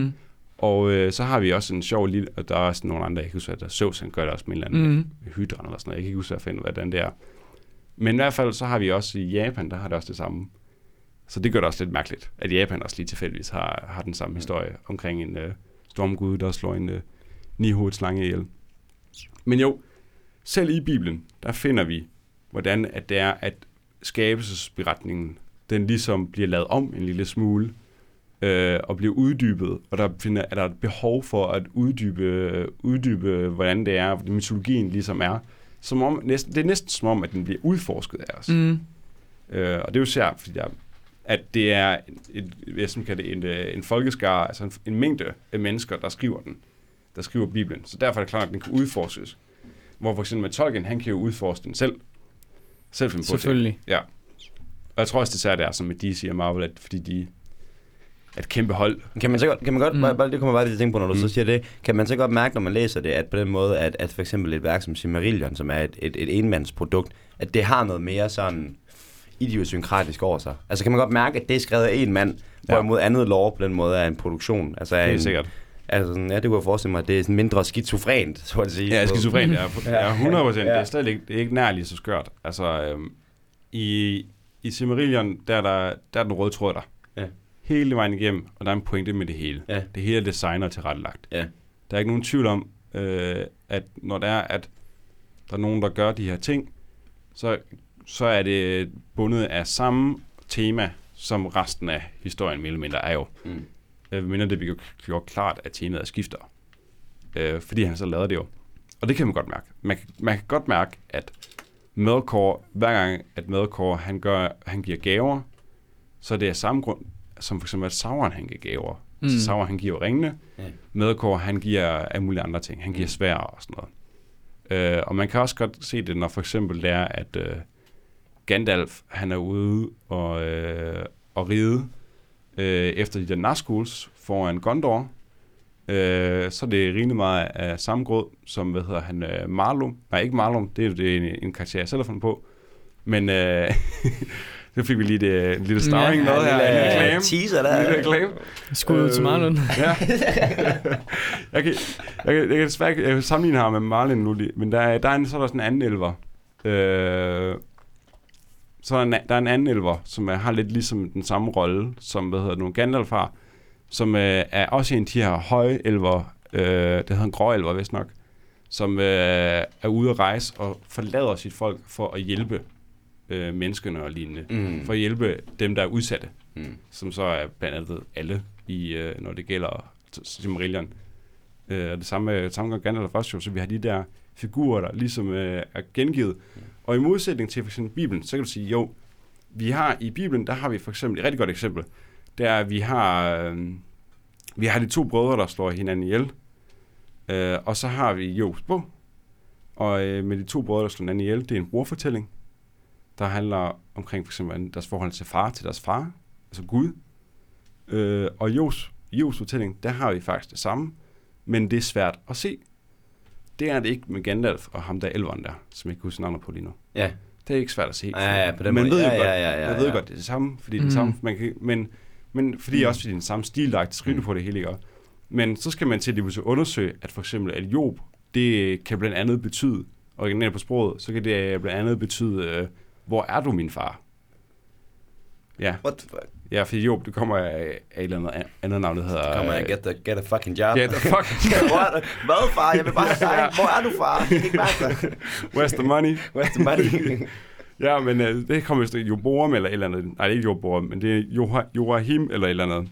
Og så har vi også en sjov lille, og der er også nogle andre, jeg kan huske, at Zeus han gør det også med en eller anden hydran eller sådan noget. Jeg kan ikke huske, hvordan det er. Men i hvert fald, så har vi også i Japan, der har det også det samme. Så det gør det også lidt mærkeligt, at Japan også lige tilfældigvis har den samme historie omkring en stormgud, der slår en 9-hovedet slange ihjel. Men jo, selv i Bibelen, der finder vi, hvordan at det er, at skabelsesberetningen, den ligesom bliver lavet om en lille smule, og bliver uddybet, og er der et behov for at uddybe, hvordan det er, hvordan mytologien ligesom er. Det er næsten som om, at den bliver udforsket af os. Og det er jo særligt, fordi at det er en folkeskare, altså en mængde af mennesker, der skriver Bibelen. Så derfor er det klart, at den kan udforskes. Hvor for eksempel med Tolkien, han kan jo udforske den selv. Selvfølgelig. Ja. Og jeg tror også, det er som med DC og Marvel, at fordi de et kæmpe hold. Kan man godt det kommer bare til at tænke på, når du så siger det, kan man så godt mærke, når man læser det, at på den måde, at for eksempel et værk som Silmarillion, som er et enmandsprodukt, at det har noget mere sådan idiosynkratisk over sig. Altså kan man godt mærke, at det er skrevet af en mand, hvorimod andet lore på den måde er en produktion. Altså Altså, ja, det kunne jeg forestille mig, at det er sådan mindre skizofrent, så at sige. Ja, skizofrent, ja. 100%. Det er stadig ikke, det er ikke nærligt så skørt. Altså, i Silmarillion, der er den røde tråd der. Ja. Hele vejen igennem, og der er en pointe med det hele. Ja. Det hele er designer tilrettelagt. Ja. Der er ikke nogen tvivl om, at når der er nogen, der gør de her ting, så er det bundet af samme tema, som resten af historien mere eller mindre er jo. Vi mener, det bliver gjort klart, at temaet skifter. Fordi han så lavede det jo. Og det kan man godt mærke. Man kan godt mærke, at Melkor, hver gang at Melkor han giver gaver, så det er samme grund, som for eksempel at Sauron han giver gaver. Så Sauron han giver ringene. Melkor han giver alle mulige andre ting. Han giver sværd og sådan noget. Og man kan også godt se det, når for eksempel det er, at Gandalf han er ude og ride efter de der Nazguls foran Gondor. Så det er rimelig meget af samme grød, som, Marlum. Nej, ikke Marlum, det er en karakter, jeg selv har fundet på. Men så fik vi lige en lille starring med her. En reklame. Teaser der. En reklame. Skud til Marlum. Ja. Jeg kan desværre ikke sammenligne her med Marlin nu lige, men så er der sådan en anden elver. Så der er en anden elver, som har lidt ligesom den samme rolle, som nogle Gandalf har, som er også en af de her høje elver, det hedder en grå elver vist nok, som er ude at rejse og forlader sit folk for at hjælpe menneskene og lignende. For at hjælpe dem, der er udsatte, som så er blandt andet alle, når det gælder Silmarillion. Det samme gør Gandalf også jo, så vi har de der figurer, der ligesom er gengivet. Og i modsætning til for eksempel Bibelen, så kan du sige, jo, vi har i Bibelen, der har vi for eksempel, et rigtig godt eksempel, det er, at vi har de to brødre, der slår hinanden ihjel, og så har vi Jobs bog, og med de to brødre, der slår hinanden ihjel, det er en brorfortælling, der handler omkring for eksempel deres forhold til deres far, altså Gud, og Jobs fortælling, der har vi faktisk det samme, men det er svært at se. Det er det ikke med Gandalf og ham der elveren der, som jeg ikke husker navnet på lige nu. Ja. Det er ikke svært at se. Ja, på den måde. Man ved godt, det er det samme, fordi det er samme, men fordi også fordi det er den samme stil, der er skrive på det hele, ikke? Men så skal man til at undersøge, at for eksempel at Job, det kan blandt andet betyde, originalt på sproget, så kan det blandt andet betyde, hvor er du, min far? Ja. What the fuck? Ja, fordi Job, det kommer af et eller andet navn, det hedder... Det kommer af get a fucking job. Get a fucking job. Hvad, far? Jeg vil bare sige, hvor er du, far? Where's the money? Where's the money? Ja, men det kommer vist Joboam eller et eller andet. Nej, det er ikke Joboam, men det er Johahim eller et eller andet.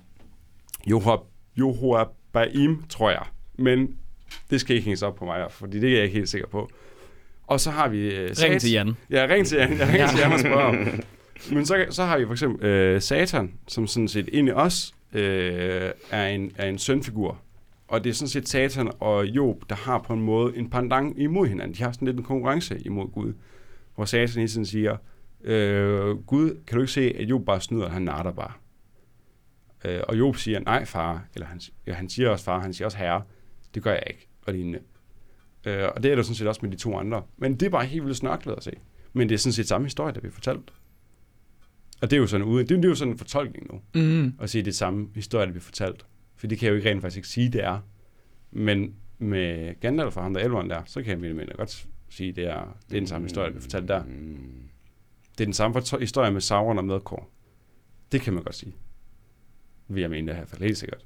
Jehoabaim, tror jeg. Men det skal ikke hænges op på mig, fordi det er jeg ikke helt sikker på. Og så har vi... ring til Jan. Ja, ring til Jan. Jeg ringer til Jan og spørger om. Men så har vi for eksempel Satan, som sådan set egentlig også er en sønfigur. Og det er sådan set Satan og Job, der har på en måde en pendant imod hinanden. De har sådan lidt en konkurrence imod Gud. Hvor Satan hele tiden siger, Gud, kan du ikke se, at Job bare snyder, han natter bare. Og Job siger, nej far, eller han siger også far, han siger også herre, det gør jeg ikke, og lignende. Og det er der sådan set også med de to andre. Men det er bare helt vildt snørklet at se. Men det er sådan set samme historie, der bliver fortalt. Og det er jo sådan det er jo sådan en fortolkning nu, at sige, det er samme historie, der bliver fortalt. For det kan jeg jo ikke rent faktisk ikke sige, det er. Men med Gandalf og ham der elveren der, så kan jeg godt sige, det er den samme historie, der bliver fortalt der. Det er den samme historie med Sauron og Melkor. Det kan man godt sige. Vil jeg mene det her, for helt sikkert.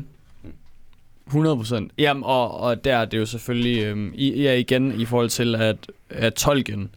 100%. Jamen, og der er det jo selvfølgelig, igen i forhold til, at Tolkien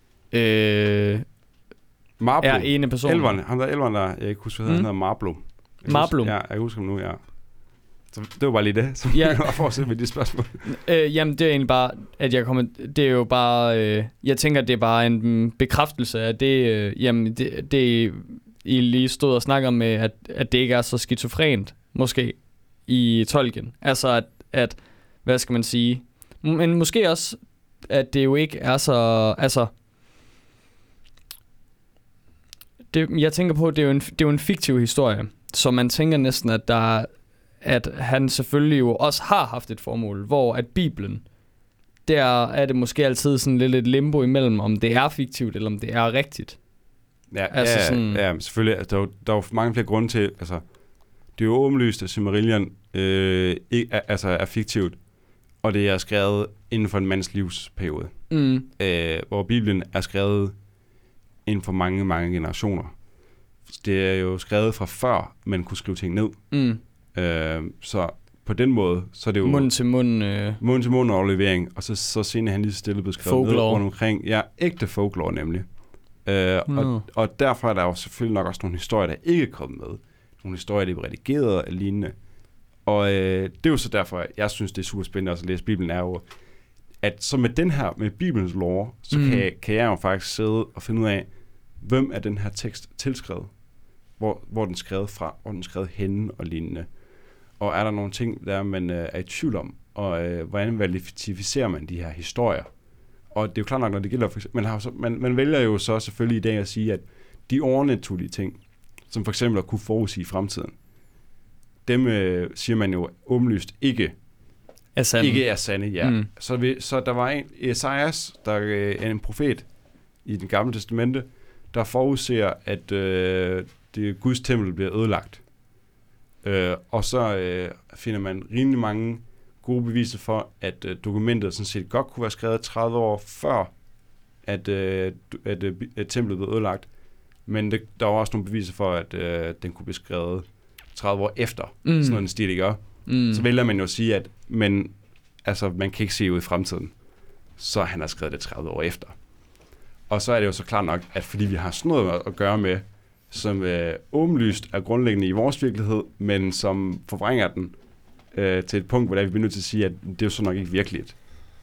Marblo. Er ene person. Ham der elveren der, jeg ikke husker, han hedder Marblo. Marblo. Ja, jeg husker ham nu, ja. Så det var bare lige det, som jeg var fortsat med de spørgsmål. Jamen, det er egentlig bare, at jeg kommer... Det er jo bare... jeg tænker, det er bare en bekræftelse af det... jamen, det I lige stod og snakker om med, at det ikke er så skizofrent, måske, i Tolkien. Altså, at hvad skal man sige? Men måske også, at det jo ikke er så... Altså... jeg tænker på, at det er jo en fiktiv historie, så man tænker næsten, at han selvfølgelig jo også har haft et formål, hvor at Bibelen, der er det måske altid sådan lidt et limbo imellem, om det er fiktivt, eller om det er rigtigt. Ja, altså ja selvfølgelig. Altså, der er jo mange flere grunde til, altså, det er jo åbenlyst, at Silmarillion er fiktivt, og det er skrevet inden for en mands livsperiode. Hvor Bibelen er skrevet inden for mange, mange generationer. Det er jo skrevet fra før, man kunne skrive ting ned. Så på den måde, så er det jo... Mund til mund overlevering, og så senere han lige stille blevet skrevet ned rundt omkring. Ja, ægte folklore nemlig. Og derfor er der jo selvfølgelig nok også nogle historier, der ikke er kommet med. Nogle historier, der er redigeret og lignende. Og det er jo så derfor, jeg synes, det er super spændende også at læse Bibelen, er jo, at så med den her, med Bibelens lore, så kan jeg jo faktisk sidde og finde ud af, hvem er den her tekst tilskrevet? Hvor den er skrevet fra, hvor den er skrevet henne og lignende. Og er der nogle ting, der man er i tvivl om, og hvordan kvalificerer man de her historier? Og det er jo klart nok, når det gælder, for eksempel, man vælger jo så selvfølgelig i dag at sige, at de overnaturlige ting, som for eksempel at kunne forudsige fremtiden, dem siger man jo åbenlyst ikke er sande. Ja. Så der var en Esajas, der er en profet i det gamle testamente, der forudser, at det Guds tempel bliver ødelagt. Og så finder man rimelig mange gode beviser for, at dokumentet sådan set godt kunne være skrevet 30 år før, at templet blev ødelagt. Men der var også nogle beviser for, at den kunne blive skrevet 30 år efter. Sådan noget stil, ikke gør. Så vælger man jo at sige, at man kan ikke se ud i fremtiden. Så han har skrevet det 30 år efter. Og så er det jo så klart nok, at fordi vi har sådan noget at gøre med, som åbenlyst er grundlæggende i vores virkelighed, men som forvrænger den til et punkt, hvor vi bliver nødt til at sige, at det er jo så nok ikke virkeligt.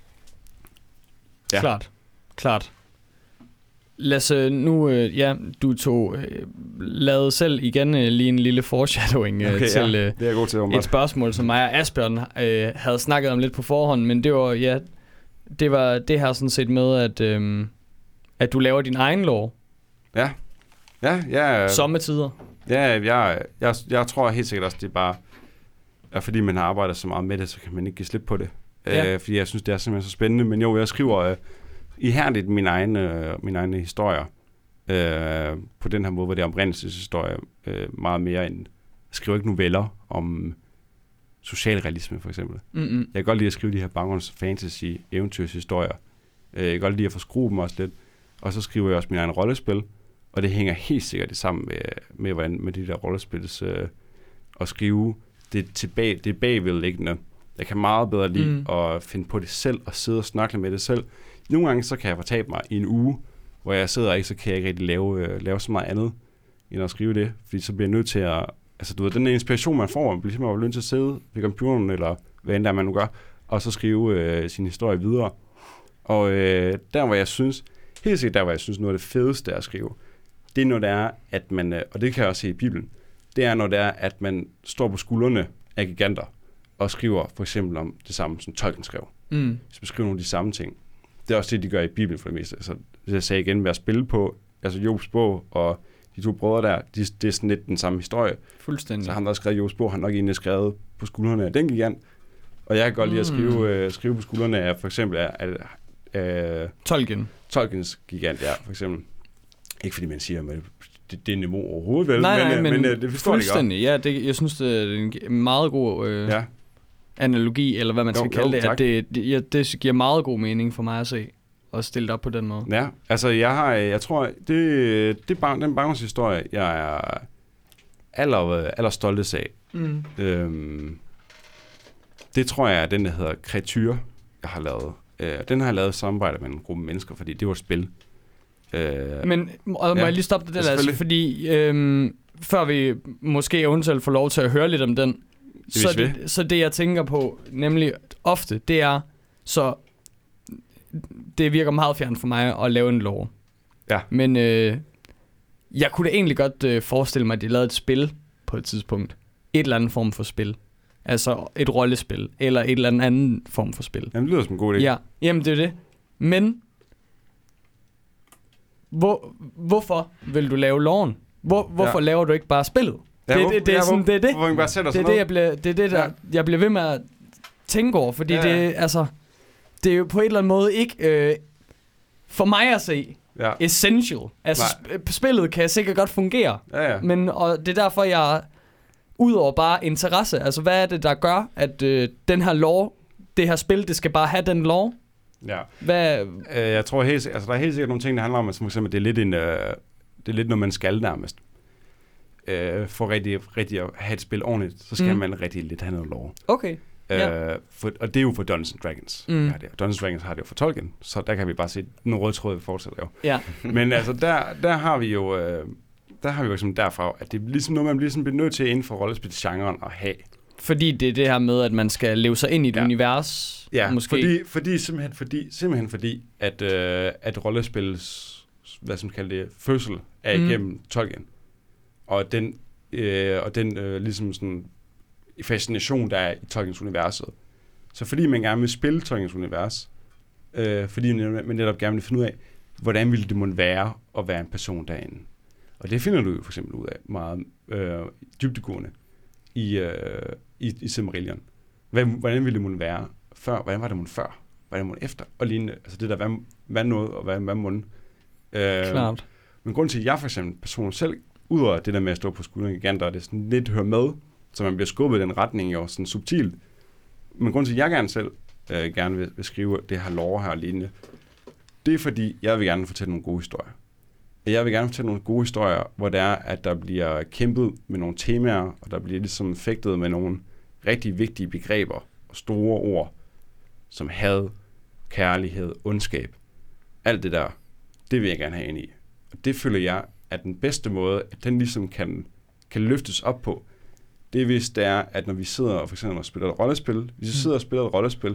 Ja. Klart. Lasse, nu, du lavede selv igen lige en lille foreshadowing til det er god til, et spørgsmål, som mig og Asbjørn havde snakket om lidt på forhånd, men det var det her sådan set med, at du laver din egen lore. Ja. Sommetider. Ja, jeg tror helt sikkert også, det er bare, at fordi man har arbejdet så meget med det, så kan man ikke give slip på det. Fordi jeg synes, det er simpelthen så spændende. Men jo, jeg skriver ihærdigt mine egne historier på den her måde, hvor det er oprindelseshistorie meget mere end... Jeg skriver ikke noveller om socialrealisme, for eksempel. Jeg kan godt lide at skrive de her baggrunds fantasy eventyrshistorier. Jeg kan godt lide at forskruge dem også lidt. Og så skriver jeg også mine egne rollespil. Og det hænger helt sikkert sammen med de der rollespils at skrive det bagvedliggende. Jeg kan meget bedre lide at finde på det selv og sidde og snakke med det selv. Nogle gange så kan jeg fortabe mig i en uge, hvor jeg sidder ikke, så kan jeg ikke rigtig lave så meget andet end at skrive det. Fordi så bliver jeg nødt til at... Altså du ved, den inspiration man får, man bliver simpelthen nødt til at sidde ved computeren, eller hvad end der man nu gør, og så skrive sin historie videre. Og der hvor jeg synes, helt sikkert der hvor jeg synes noget af det fedeste at skrive, det er når det er, at man, og det kan jeg også se i Bibelen, det er når det er, at man står på skuldrene af giganter, og skriver for eksempel om det samme, som Tolkien skrev. Så beskriver nogle af de samme ting. Det er også det, de gør i Bibelen for det meste. Altså, det jeg sagde igen, ved at spille på, altså Jobs bog og de to brødre der, det er sådan lidt den samme historie. Fuldstændig. Så han der har skrevet Jobs bog, han nok egentlig skrevet på skuldrene af den gigant. Og jeg kan godt lide at skrive på skuldrene af for eksempel Tolkiens gigant, ja, for eksempel. Ikke fordi man siger, at det er niveau overhovedet vel, men det forstår jeg fuldstændig, ja, jeg synes, det er en meget god analogi, eller hvad man skal kalde det, at det giver meget god mening for mig at se, og stille det op på den måde. Ja, altså jeg tror, den baggrundshistorie, jeg er aller stoltest af, det tror jeg er den, der hedder Kreatyr, jeg har lavet. Den har jeg lavet i samarbejde med en gruppe mennesker, fordi det var et spil. Men må jeg lige stoppe det der, altså, fordi før vi måske eventuelt får lov til at høre lidt om den, så det jeg tænker på, nemlig ofte, det er, så det virker meget fjern for mig at lave en lore. Ja. Men jeg kunne da egentlig godt forestille mig, at de lavede et spil på et tidspunkt. Et eller andet form for spil. Altså et rollespil, eller et eller andet form for spil. Jamen, det lyder som en god idé. Ja, jamen det er det. Men hvorfor vil du lave loven? Hvorfor laver du ikke bare spillet? Det er det, jeg bliver ved med at tænke over, fordi det er jo på en eller anden måde ikke for mig at se essential. Altså spillet kan sikkert godt fungere, men og det er derfor Udover bare interesse, altså hvad er det, der gør, at den her lore, det her spil, det skal bare have den lore? Ja. Hvad? Jeg tror der er helt sikkert nogle ting, der handler om, at for eksempel, det er lidt noget, man skal nærmest. For rigtig at have et spil ordentligt, så skal man rigtig lidt have noget lore. Okay. Og det er jo for Dungeons & Dragons. Dungeons & Dragons har det jo for Tolkien, så der kan vi bare se en rød tråd, vi fortsætter jo. Ja. Men altså, der har vi jo ligesom derfra, at det er ligesom noget, man bliver nødt til inden for rollespilsgenren at have. Fordi det er det her med, at man skal leve sig ind i et univers, måske? Simpelthen fordi, at rollespils, hvad som kalder det, fødsel er igennem Tolkien. Og den ligesom sådan fascination, der er i Tolkiens universet. Så fordi man gerne vil spille Tolkiens univers, fordi man netop gerne vil finde ud af, hvordan ville det måtte være at være en person derinde. Og det finder du jo for eksempel ud af meget dybdegående i Silmarillion. Hvordan ville det måtte være før? Hvordan var det måtte før? Hvordan måtte efter? Og lignende. Altså det der, hvad noget og hvad måtte. Klart. Men grunden til, at jeg for eksempel personligt selv, udover det der med at stå på skulderen giganter, og det sådan lidt hører med, så man bliver skubbet i den retning jo sådan subtilt. Men grunden til, at jeg gerne vil skrive det her lore her og lignende, det er fordi, jeg vil gerne fortælle nogle gode historier. Jeg vil gerne fortælle nogle gode historier, hvor det er, at der bliver kæmpet med nogle temaer, og der bliver ligesom fægtet med nogle rigtig vigtige begreber og store ord, som had, kærlighed, ondskab. Alt det der, det vil jeg gerne have ind i. Og det føler jeg, at den bedste måde, at den ligesom kan løftes op på, det er hvis det er, at når vi sidder og for eksempel spiller et rollespil, hvis vi sidder og spiller et rollespil,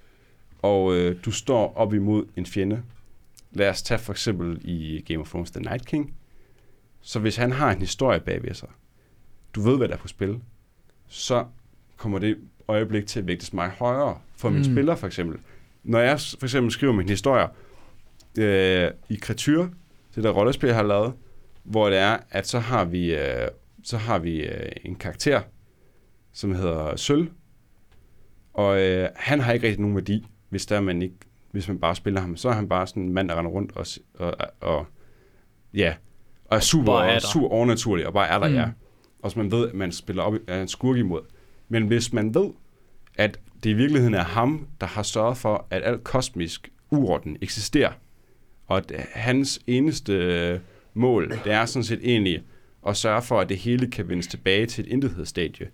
og du står op imod en fjende. Lad os tage for eksempel i Game of Thrones The Night King. Så hvis han har en historie bagved sig, du ved, hvad der er på spil, så kommer det øjeblik til at vægtes meget højere for min spiller for eksempel. Når jeg for eksempel skriver min historie i Kreatyr, det der rollespil, jeg har lavet, hvor det er, at så har vi en karakter, som hedder Sølv, og han har ikke rigtig nogen værdi, hvis man bare spiller ham. Så er han bare sådan en mand, der render rundt og er super overnaturlig, og bare er der, ja. Og så man ved, at man spiller op af en skurk imod. Men hvis man ved, at det i virkeligheden er ham, der har sørget for, at alt kosmisk uorden eksisterer, og at hans eneste mål, det er sådan set egentlig at sørge for, at det hele kan vendes tilbage til et intethedsstadie.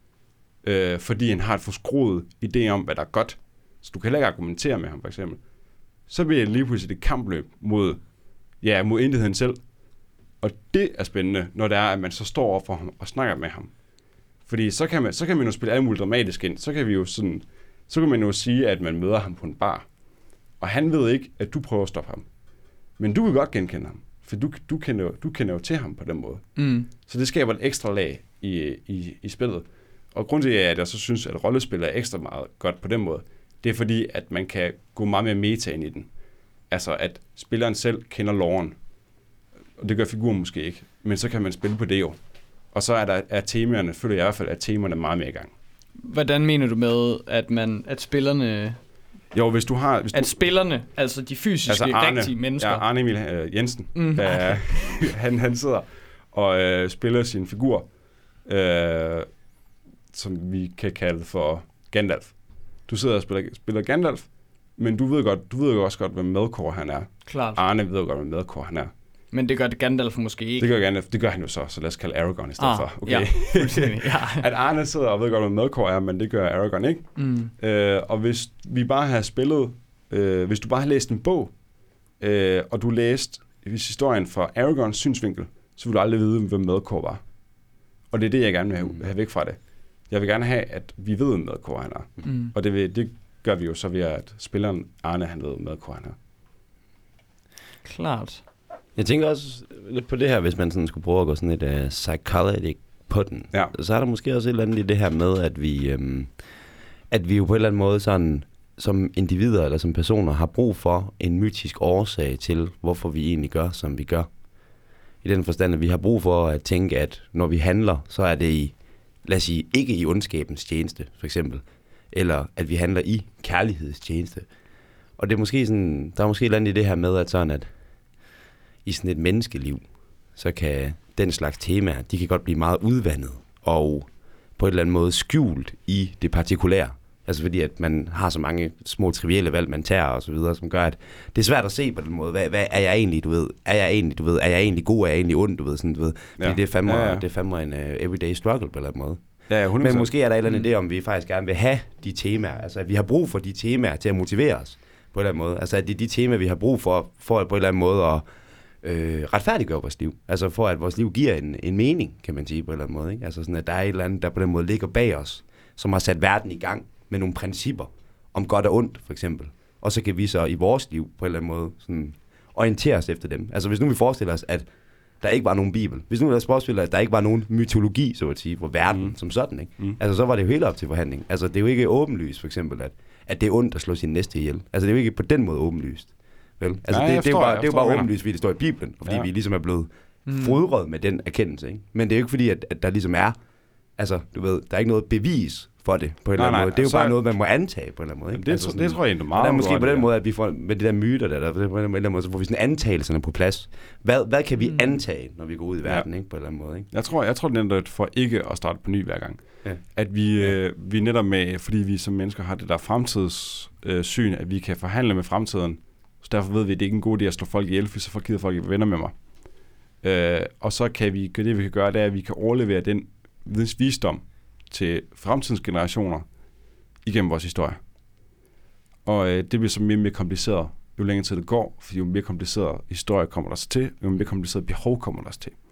Fordi han har et forskruet idé om, hvad der er godt. Så du kan heller ikke argumentere med ham, for eksempel. Så bliver det lige pludselig et kampløb mod intetheden selv. Og det er spændende, når det er, at man så står over for ham og snakker med ham. Fordi så kan man jo spille alt muligt dramatisk ind. Så kan man jo sige, at man møder ham på en bar. Og han ved ikke, at du prøver at stoppe ham. Men du kan godt genkende ham. For du kender jo til ham på den måde. Så det skaber et ekstra lag i spillet. Og grunden til, at jeg så synes, at rollespil er ekstra meget godt på den måde, det er fordi, at man kan gå meget mere meta ind i den. Altså, at spilleren selv kender loren. Og det gør figuren måske ikke. Men så kan man spille på det jo. Og så er temaerne, føler jeg i hvert fald, at temaerne er meget mere i gang. Hvordan mener du med, at spillerne... Jo, hvis du har... spillerne, altså de fysiske, rigtige mennesker... Ja, Arne Emil Jensen, han sidder og spiller sin figur, som vi kan kalde for Gandalf. Du sidder og spiller Gandalf, men du ved jo også godt, hvad Melkor han er. Klart. Arne ved jo godt, hvad Melkor han er. Men det gør Gandalf måske ikke. Det gør han jo så lad os kalde Aragorn i stedet for. Okay. Ja, ja. At Arne sidder og ved godt, hvad Melkor er, men det gør Aragorn ikke. Og hvis vi bare har spillet, hvis du bare har læst en bog, og du læste historien fra Aragorns synsvinkel, så vil du aldrig vide, hvem Melkor var. Og det er det, jeg gerne vil have væk fra det. Jeg vil gerne have, at vi ved, hvem Melkor han er. Og det gør vi jo så ved, at spilleren Arne, han ved, hvem Melkor han er. Klart. Jeg tænker også lidt på det her, hvis man sådan skulle prøve at gå sådan et psychologic på den. Ja. Så er der måske også et eller andet i det her med, at vi jo på en eller anden måde sådan, som individer eller som personer har brug for en mytisk årsag til, hvorfor vi egentlig gør, som vi gør. I den forstand, at vi har brug for at tænke, at når vi handler, så er det lad os sige, ikke i ondskabens tjeneste, for eksempel. Eller at vi handler i kærligheds tjeneste. Og det er måske sådan, der er måske et eller andet i det her med, at i sådan et menneskeliv, så kan den slags temaer, de kan godt blive meget udvandet. Og på en eller anden måde skjult i det partikulære. Altså fordi, at man har så mange små trivielle valg, man tager og så videre, som gør, at det er svært at se på den måde. Hvad er jeg egentlig, du ved? Er jeg egentlig god? Er jeg egentlig ond, du ved? Sådan, du ved. Fordi det er fandme en everyday struggle på en eller anden måde. Ja, 100%. Men måske er der et eller andet idé om, vi faktisk gerne vil have de temaer. Altså, at vi har brug for de temaer til at motivere os på en eller anden måde. Altså, at det er de temaer, vi har brug for på en eller anden måde at retfærdiggøre vores liv. Altså, for at vores liv giver en mening, kan man sige på en eller anden måde. Ikke? Altså, sådan, at der er et eller andet, der på den måde ligger bag os, som har sat verden i gang med nogle principper om godt og ondt, for eksempel. Og så kan vi så i vores liv på en eller anden måde sådan, orientere os efter dem. Altså, hvis nu vi forestiller os, at der ikke var nogen bibel. Hvis nu vi forestiller os, at der ikke var nogen mytologi, så at sige, på verden som sådan, ikke? Altså, så var det jo helt op til forhandling. Altså, det er jo ikke åbenlyst, for eksempel, at det er ondt at slå sin næste ihjel. Altså, det er jo ikke på den måde åbenlyst. Vel? Altså, det er jo bare åbenlyst, fordi det står i Bibelen, og fordi vi ligesom er blevet fodret med den erkendelse, ikke? Men det er jo ikke fordi, at der ligesom er, altså, du ved, der er ikke noget bevis for det på en eller anden måde. Det er jo bare noget, man må antage på en eller anden måde. Ikke? Det, altså det tror jeg egentlig meget. Der er måske på den måde, at vi får med de der myter, der på en eller anden måde, så får vi sådan antagelserne på plads. Hvad kan vi antage, når vi går ud i verden, ikke? På en eller anden måde, ikke? Jeg tror det er netop for ikke at starte på ny hver gang. Ja. At vi netop med, fordi vi som mennesker har det der fremtidssyn, at vi kan forhandle med fremtiden, så derfor ved vi, at det ikke er en god idé at slå folk ihjel, for så gider folk ikke venner med mig. Og så kan vi gøre det, vi kan gøre, det er, at vi kan overlevere den visdom til fremtidens generationer igennem vores historie. Og det bliver så mere og mere kompliceret, jo længere tid det går, fordi jo mere kompliceret historie kommer der til, jo mere kompliceret behov kommer der til.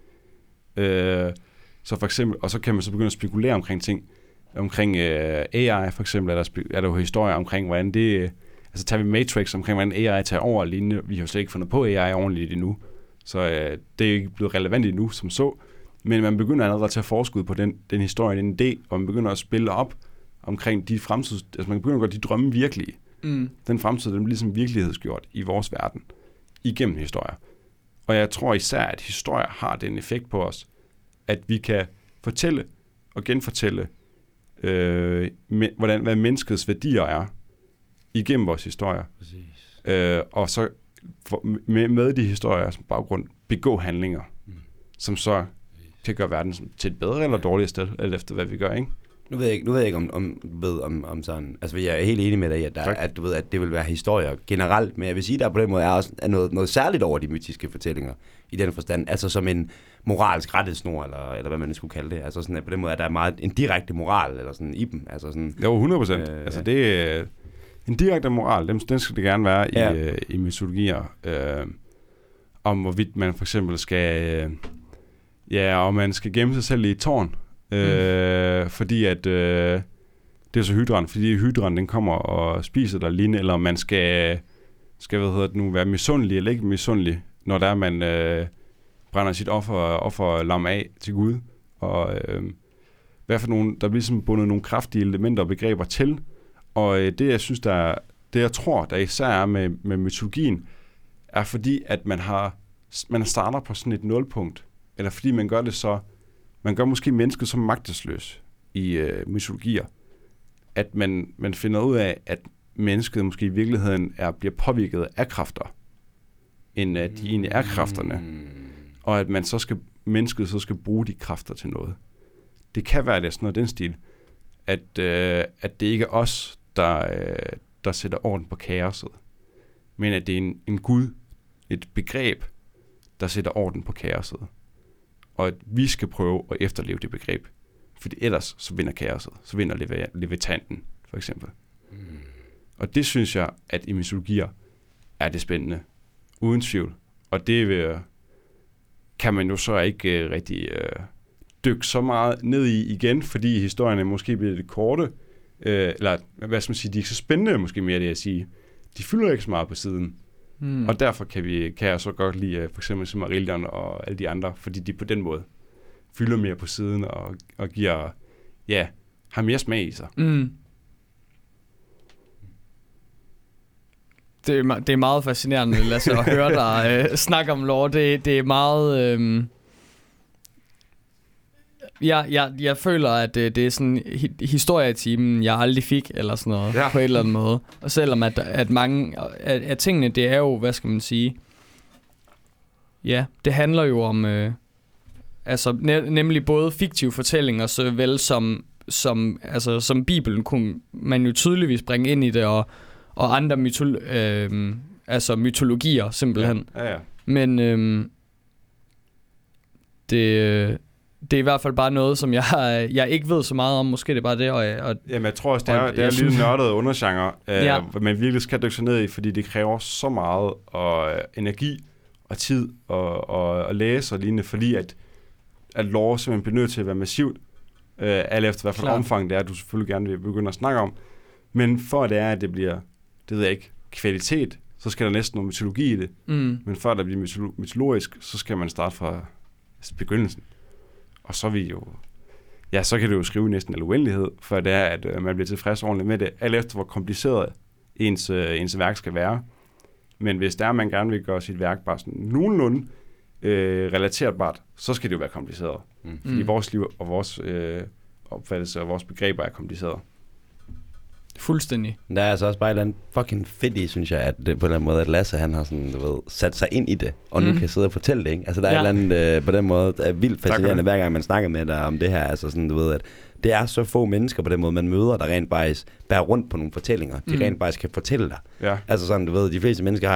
Så for eksempel, og så kan man så begynde at spekulere omkring ting, omkring AI for eksempel, er der jo historier omkring, hvordan det, altså tager vi Matrix omkring, hvordan AI tager over lignende, vi har jo slet ikke fundet på AI ordentligt endnu, så det er ikke blevet relevant endnu som så, men man begynder allerede at tage forskud på den historie, den idé, og man begynder at spille op omkring de fremtids... Altså man begynder at gøre de drømme virkelige. Den fremtid, den bliver ligesom virkelighedsgjort i vores verden, igennem historier. Og jeg tror især, at historier har den effekt på os, at vi kan fortælle og genfortælle, hvad menneskets værdier er, igennem vores historier. Og så med de historier som baggrund begå handlinger, som så kan gøre verden til et bedre eller dårligere sted, alt efter hvad vi gør, ikke? Nu ved jeg ikke om sådan, altså jeg er helt enig med dig i, at du ved, at det vil være historier generelt, men jeg vil sige, at der på den måde er noget særligt over de mytiske fortællinger, i den forstand, altså som en moralsk rettesnor, eller hvad man skulle kalde det, altså sådan, at på den måde, at der er meget en direkte moral, eller sådan i dem, altså sådan. Jo, 100%, altså det er en direkte moral, den skal det gerne være i mytologier, om hvorvidt man for eksempel skal, og man skal gemme sig selv i et tårn, fordi at det er så hydran, fordi hydran den kommer og spiser dig lignende, eller man skal være misundelig eller ikke misundelig, når der man brænder sit offerlam af til Gud, og hvad for nogle, der bliver ligesom bundet nogle kraftige elementer og begreber til, og det jeg synes jeg tror der især er med mytologien, er fordi at man starter på sådan et nulpunkt, eller fordi man gør det så, man gør måske mennesket så magtesløs i mytologier, at man finder ud af, at mennesket måske i virkeligheden bliver påvirket af kræfter, end at de egentlig er kræfterne, og at mennesket så skal bruge de kræfter til noget. Det kan være det sådan noget den stil, at det ikke er os, der sætter orden på kaoset, men at det er en Gud, et begreb, der sætter orden på kaoset. Og at vi skal prøve at efterleve det begreb. Fordi ellers så vinder kaoset. Så vinder levitanten, for eksempel. Og det synes jeg, at i mytologier er det spændende. Uden tvivl. Og det kan man jo så ikke rigtig dykke så meget ned i igen, fordi historierne måske bliver lidt korte. Eller hvad skal man sige, de er ikke så spændende måske mere, det jeg siger. De fylder ikke så meget på siden. Og derfor kan jeg så godt lide for eksempel Silmarillion og alle de andre, fordi de på den måde fylder mere på siden og giver, har mere smag i sig. Det er meget fascinerende, Lasse, at høre dig snakke om lore. Det er meget... Jeg føler, at det er sådan historietimen, jeg aldrig fik, eller sådan noget, på en eller anden måde. Og selvom at mange af tingene, det er jo, hvad skal man sige, det handler jo om, nemlig både fiktive fortællinger, såvel som Bibelen kunne man jo tydeligvis bringe ind i det, og andre mytologier simpelthen. Ja. Men det er i hvert fald bare noget, som jeg ikke ved så meget om. Måske det er bare det. Jamen, jeg tror også, det er lidt nørdet undergenre, man virkelig skal dykke sig ned i, fordi det kræver så meget energi og tid og læse og lignende, fordi at lore simpelthen bliver nødt til at være massivt, alt efter hvad for et omfang det er, du selvfølgelig gerne vil begynde at snakke om. Men for at det er, at det bliver, det ved jeg ikke, kvalitet, så skal der næsten noget mytologi i det. Men for at der bliver mytologisk, så skal man starte fra begyndelsen. Og så så kan det jo skrive næsten al uendelighed, for det er, at man bliver tilfreds ordentligt med det, alt efter hvor kompliceret ens værk skal være. Men hvis der man gerne vil gøre sit værk bare sådan nogenlunde relaterbart, så skal det jo være kompliceret. Fordi vores liv og vores opfattelse og vores begreber er kompliceret. Fuldstændig. Der er altså også bare et eller andet fucking fedt i, synes jeg, at det, på den måde, at Lasse, han har sådan, sat sig ind i det, og nu kan sidde og fortælle det, ikke? Altså, der er et eller andet på den måde, der er vildt fascinerende, hver gang man snakker med dig om det her, altså sådan, at det er så få mennesker på den måde, man møder, der rent faktisk bærer rundt på nogle fortællinger, de rent faktisk kan fortælle dig. Ja. Altså sådan, de fleste mennesker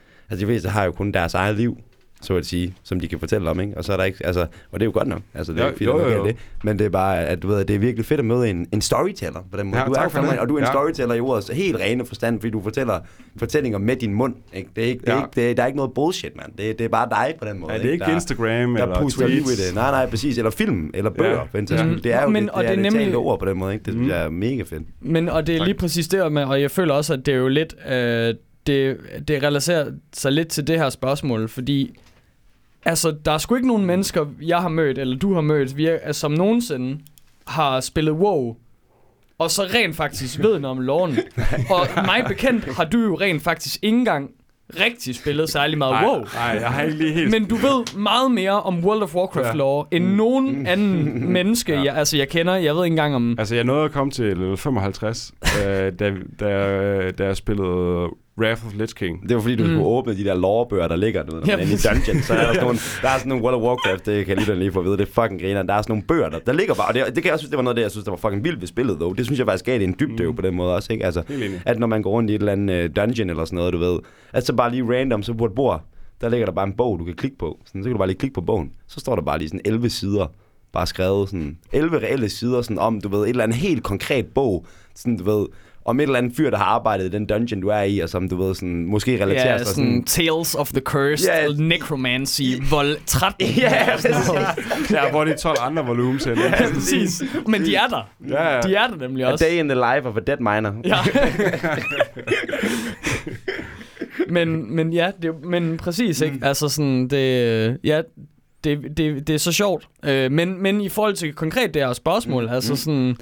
har jo kun deres eget liv, så at sige, som de kan fortælle om, ikke? Og så er der ikke, altså, og det er jo godt nok, altså det er fint, jo. Det, men det er bare, at det er virkelig fedt at møde en storyteller på den måde. Ja, og du er en storyteller i ordets helt rene forstand, fordi du fortæller fortællinger med din mund, ikke? Der er ikke noget bullshit, mand. Det er bare dig på den måde. Ja, det er ikke Instagram eller tweets. Nej, præcis, eller film, eller bøger, for det er jo det talte ord på den måde, ikke? Det synes jeg er mega fedt. Men, og det er lige præcis det, og jeg føler også, at det er jo lidt, det relaterer sig lidt til det her spørgsmål, fordi altså, der er sgu ikke nogen mennesker, jeg har mødt, eller du har mødt, som nogensinde har spillet WoW, og så rent faktisk ved noget om loven. Og mig bekendt har du jo rent faktisk ikke engang rigtig spillet særlig meget WoW. Nej, jeg har ikke lige helt... Men du ved meget mere om World of Warcraft lore, end nogen anden menneske, jeg kender. Jeg ved ikke engang om... Altså, jeg nåede at komme til level 55, da jeg spillede Wrath of Lich King. Det var fordi, du skulle åbne de der lore-bøger, der ligger når man er inde i dungeon. Så er der er sådan nogle World of Warcraft, det kan jeg lige få at vide, det er fucking griner. Der er sådan nogle bøger, der ligger bare, og det kan jeg også synes, det var noget af det, jeg synes, der var fucking vildt ved spillet, though. Det synes jeg faktisk gav det en dybde på den måde også, ikke? Altså, at når man går rundt i et eller andet dungeon eller sådan noget, du ved, at så bare lige random, så på et bord, der ligger der bare en bog, du kan klikke på. Sådan, så kan du bare lige klikke på bogen. Så står der bare lige sådan 11 sider, bare skrevet sådan 11 reelle sider sådan om, du ved, et eller andet helt konkret bog, sådan, du ved, om et eller andet fyr, der har arbejdet i den dungeon, du er i, og som, du ved, sådan, måske relaterer sig sådan... Tales of the Cursed, Necromancy, Vol 13. Ja, hvor de 12 andre volumes er. Ja, præcis. Men de er der. Ja. De er der nemlig også. A Day in the Life of a Dead Miner. Ja. men præcis, ikke? Altså sådan, det er så sjovt. Men i forhold til konkret det her spørgsmål, altså sådan...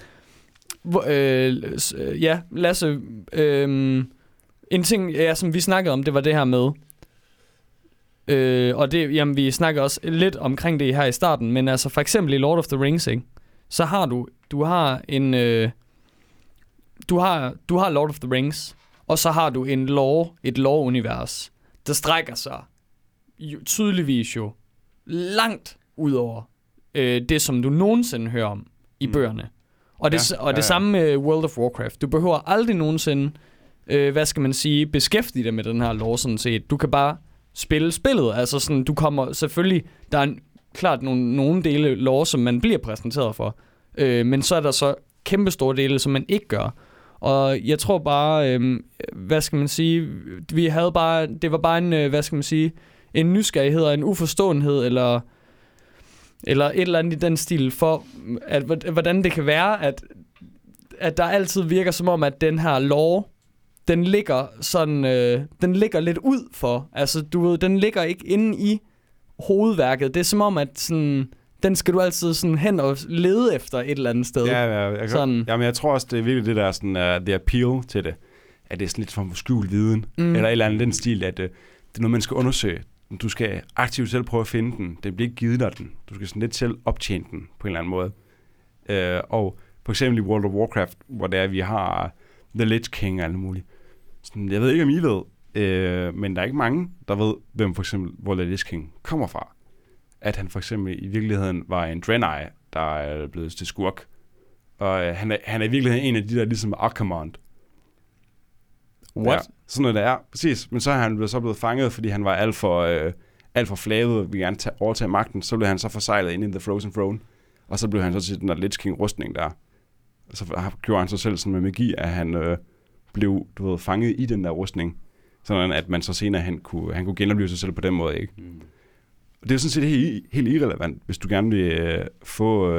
Lasse, en ting, som vi snakkede om, det var det her med, og det, jamen, vi snakker også lidt omkring det her i starten, men altså for eksempel i Lord of the Rings, ikke? Så har du har en, du har Lord of the Rings, og så har du et lore-univers, der strækker sig tydeligvis jo langt ud over det, som du nogensinde hører om i bøgerne. Og det samme med World of Warcraft. Du behøver aldrig nogensinde, beskæftige dig med den her lore sådan set. Du kan bare spille spillet. Altså sådan, du kommer selvfølgelig, der er klart nogle dele lore, som man bliver præsenteret for. Men så er der så kæmpe store dele, som man ikke gør. Og jeg tror bare, det var bare en, en nysgerrighed og en uforståenhed, eller et eller andet i den stil, for hvordan det kan være, at der altid virker som om, at den her lore, den ligger sådan, den ligger lidt ud for. Altså, du ved, den ligger ikke inde i hovedværket. Det er som om, at sådan, den skal du altid sådan hen og lede efter et eller andet sted. Jamen, jeg tror også, det er virkelig det der sådan, the appeal til det. At det er sådan lidt for skjult viden. Eller et eller andet den stil, at det er noget, man skal undersøge. Du skal aktivt selv prøve at finde den. Det bliver ikke givet dig den. Du skal sådan lidt selv optjene den på en eller anden måde. Og for eksempel i World of Warcraft, hvor det er, vi har The Lich King og alt muligt. Sådan, jeg ved ikke, om I ved, men der er ikke mange, der ved, hvem for eksempel hvor The Lich King kommer fra. At han for eksempel i virkeligheden var en Draenei, der er blevet til skurk. Og han er i virkeligheden en af de der, ligesom Archimonde. What? Ja, sådan noget der er, præcis. Men så er han blevet fanget, fordi han var alt for flaget og ville gerne overtage magten. Så blev han så forsejlet ind i The Frozen Throne. Og så blev han så til den der Lich King-rustning der. Og så gjorde han sig selv sådan med magi, at han blev fanget i den der rustning. Sådan at man så senere han kunne genopleve sig selv på den måde, ikke? Mm. Og det er jo sådan set helt irrelevant, hvis du gerne vil få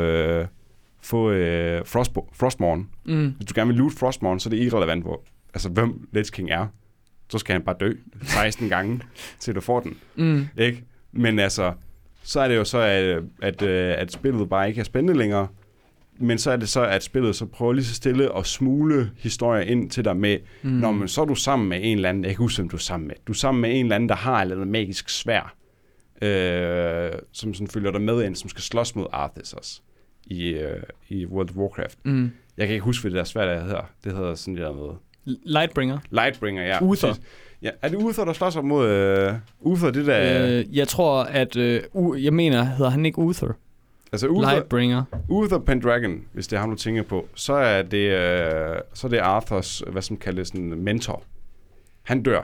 Frostmourne. Mm. Hvis du gerne vil loot Frostmourne, så er det irrelevant, hvem Lich King er. Så skal han bare dø 16 gange, til du får den. Mm. Ikke? Men altså, så er det jo så, at spillet bare ikke er spændende længere. Men så er det så, at spillet så prøver lige så stille at smule historier ind til dig med, når man så er du sammen med en eller anden, jeg kan huske, hvem du er sammen med. Du er sammen med en eller anden, der har et eller andet magisk sværd, som sådan følger dig med ind, som skal slås mod Arthas også i World of Warcraft. Mm. Jeg kan ikke huske, hvad det der sværd der hedder. Det hedder sådan lidt noget. Lightbringer, ja. Uther. Ja, er det Uther, der slår sig mod Uther, det der? Jeg tror, at jeg mener, hedder han ikke Uther? Altså Lightbringer. Uther Pendragon, hvis det er ham, du tænker på, så er det Arthurs, hvad som kaldes sådan mentor. Han dør.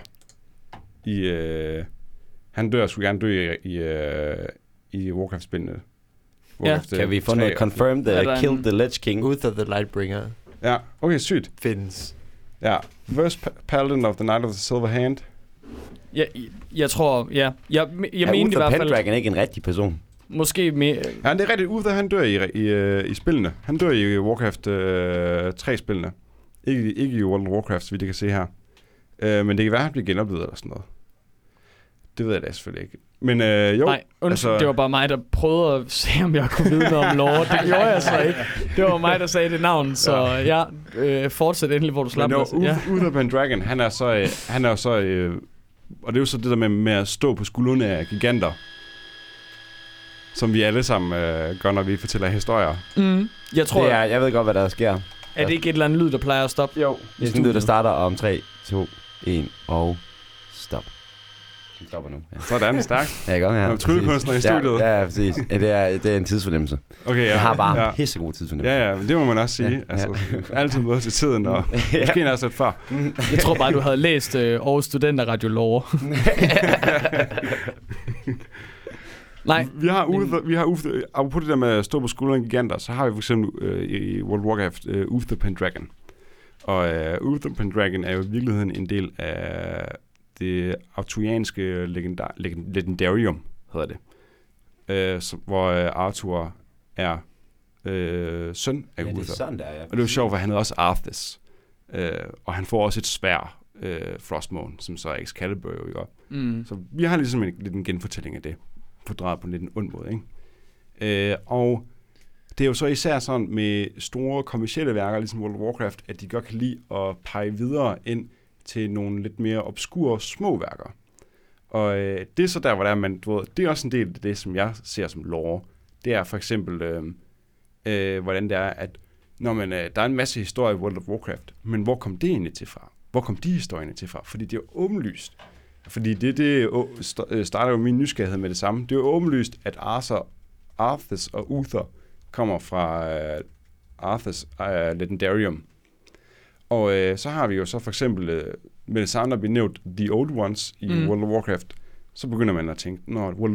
Han dør, skulle gerne dø i Warcraft-spillene. Kan vi få noget confirmed that killed the Lich King? Uther the Lightbringer. Ja, okay, sygt. Findes. Ja, First Paladin of the Knight of the Silver Hand. Ja, jeg tror, ja. Jeg mener i hvert fald... Uther Pendragon ikke en rigtig person? Måske mere... Ja, det er rigtigt. Uther, han dør i spillene. Han dør i Warcraft 3-spillene. Ikke i World of Warcraft, så vidt jeg kan se her. Men det kan være, at han bliver genoplevet eller sådan noget. Det ved jeg da selvfølgelig ikke. Men jo... Nej, det var bare mig, der prøvede at se, om jeg kunne vide noget om lore. Det gjorde jeg så ikke. Det var mig, der sagde det navn, så fortsæt endelig, hvor du slap. Uther Pendragon, han er så... Og det er jo så det der med at stå på skuldrene af giganter, som vi alle sammen gør, når vi fortæller historier. Mm. Jeg ved godt, hvad der sker. Er det ikke et eller andet lyd, der plejer at stoppe? Jo. Det er sådan en lyd, der starter om 3, 2, 1 og stop. Den stopper nu. Ja. Sådan, stærkt. Ja, godt, ja. Tryllekunstner i studiet. Ja, præcis. Det er en tidsfornemmelse. Okay, ja. Jeg har bare pissegod tidsfornemmelse. Ja, det må man også sige. Ja. Altså, altid møder til tiden, og måske også lidt før. Jeg tror bare, du havde læst Aarhus Studenterradio lore. Nej. Vi har Uther, apropos det der med at stå på skulderen giganter, så har vi for eksempel i World of Warcraft Uther Pendragon. Og Uther Pendragon er jo i virkeligheden en del af det arturianske legendarium, hedder det. Hvor Arthur er søn af Uther. Det er sådan der, ja. Og det er jo sjovt, for han hedder også Arthas. Og han får også et sværd, Frostmourne, som så er Excalibur jo, ikke? Mm. Så vi har ligesom lidt en genfortælling af det. Fordrejet på en lidt en ond måde, ikke? Og det er jo så især sådan med store kommercielle værker, ligesom World of Warcraft, at de godt kan lide at pege videre ind til nogle lidt mere obskure små værker. Og det er så der, hvor der man, det er også en del af det, som jeg ser som lore. Det er for eksempel, hvordan det er, at når der er en masse historier i World of Warcraft, men hvor kom det egentlig til fra? Hvor kom de historierne til fra? Fordi det er åbenlyst. Fordi det starter jo min nysgerrighed med det samme. Det er jo åbenlyst, at Arthas og Uther kommer fra Arthas Legendarium. Og så har vi jo så for eksempel med det samme, der bliver nævnt The Old Ones i World of Warcraft, så begynder man at tænke,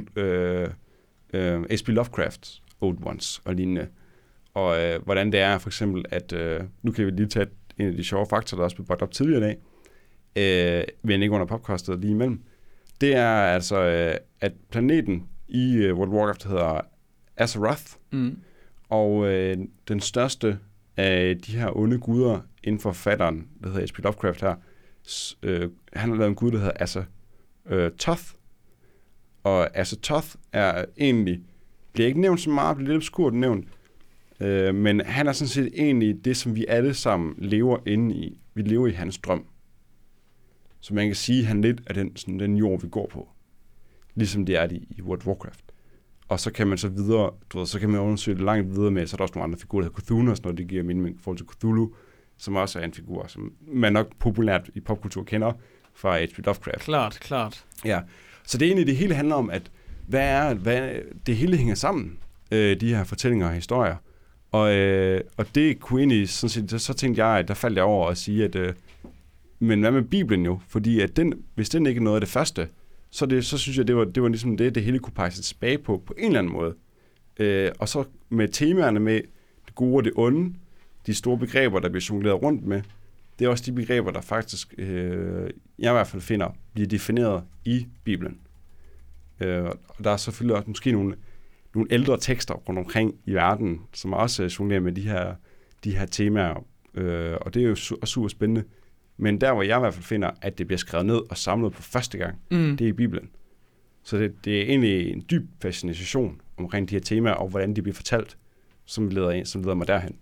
H.P. Lovecrafts Old Ones og lignende. Og hvordan det er for eksempel, at nu kan vi lige tage en af de sjove faktorer, der også blev bragt op tidligere i dag, men ikke under popcastet lige imellem. Det er altså, at planeten i World of Warcraft hedder Azeroth, og den største af de her onde guder inden for forfatteren, der hedder H.P. Lovecraft her, han har lavet en gud, der hedder Azathoth. Og Azathoth er egentlig, bliver ikke nævnt så meget, bliver lidt obskurt nævnt, men han er sådan set egentlig det, som vi alle sammen lever inde i. Vi lever i hans drøm. Så man kan sige, at han lidt er den jord, vi går på. Ligesom det er det i World of Warcraft. Og så kan man så videre, så kan man undersøge det langt videre med, så er der også nogle andre figurer, der hedder Cthulhu, og sådan noget, det giver mening i forhold til Cthulhu, som også er en figur, som man nok populært i popkultur kender fra H.P. Lovecraft. Klart. Ja, så det er egentlig, det hele handler om, at hvad det hele hænger sammen, de her fortællinger og historier. Og det kunne egentlig, sådan set, så tænkte jeg, at der faldt jeg over at sige, at men hvad med Bibelen jo? Fordi at hvis den ikke er noget af det første, så synes jeg, det var ligesom det hele kunne pege sig tilbage på en eller anden måde. Og så med temaerne med det gode og det onde, de store begreber, der bliver jongleret rundt med, det er også de begreber, der faktisk, jeg i hvert fald finder, bliver defineret i Bibelen. Og der er selvfølgelig også måske nogle ældre tekster rundt omkring i verden, som også jonglerer med de her temaer, og det er jo super spændende. Men der, hvor jeg i hvert fald finder, at det bliver skrevet ned og samlet på første gang, det er i Bibelen. Så det er egentlig en dyb fascination omkring de her temaer, og hvordan de bliver fortalt, som leder mig derhen.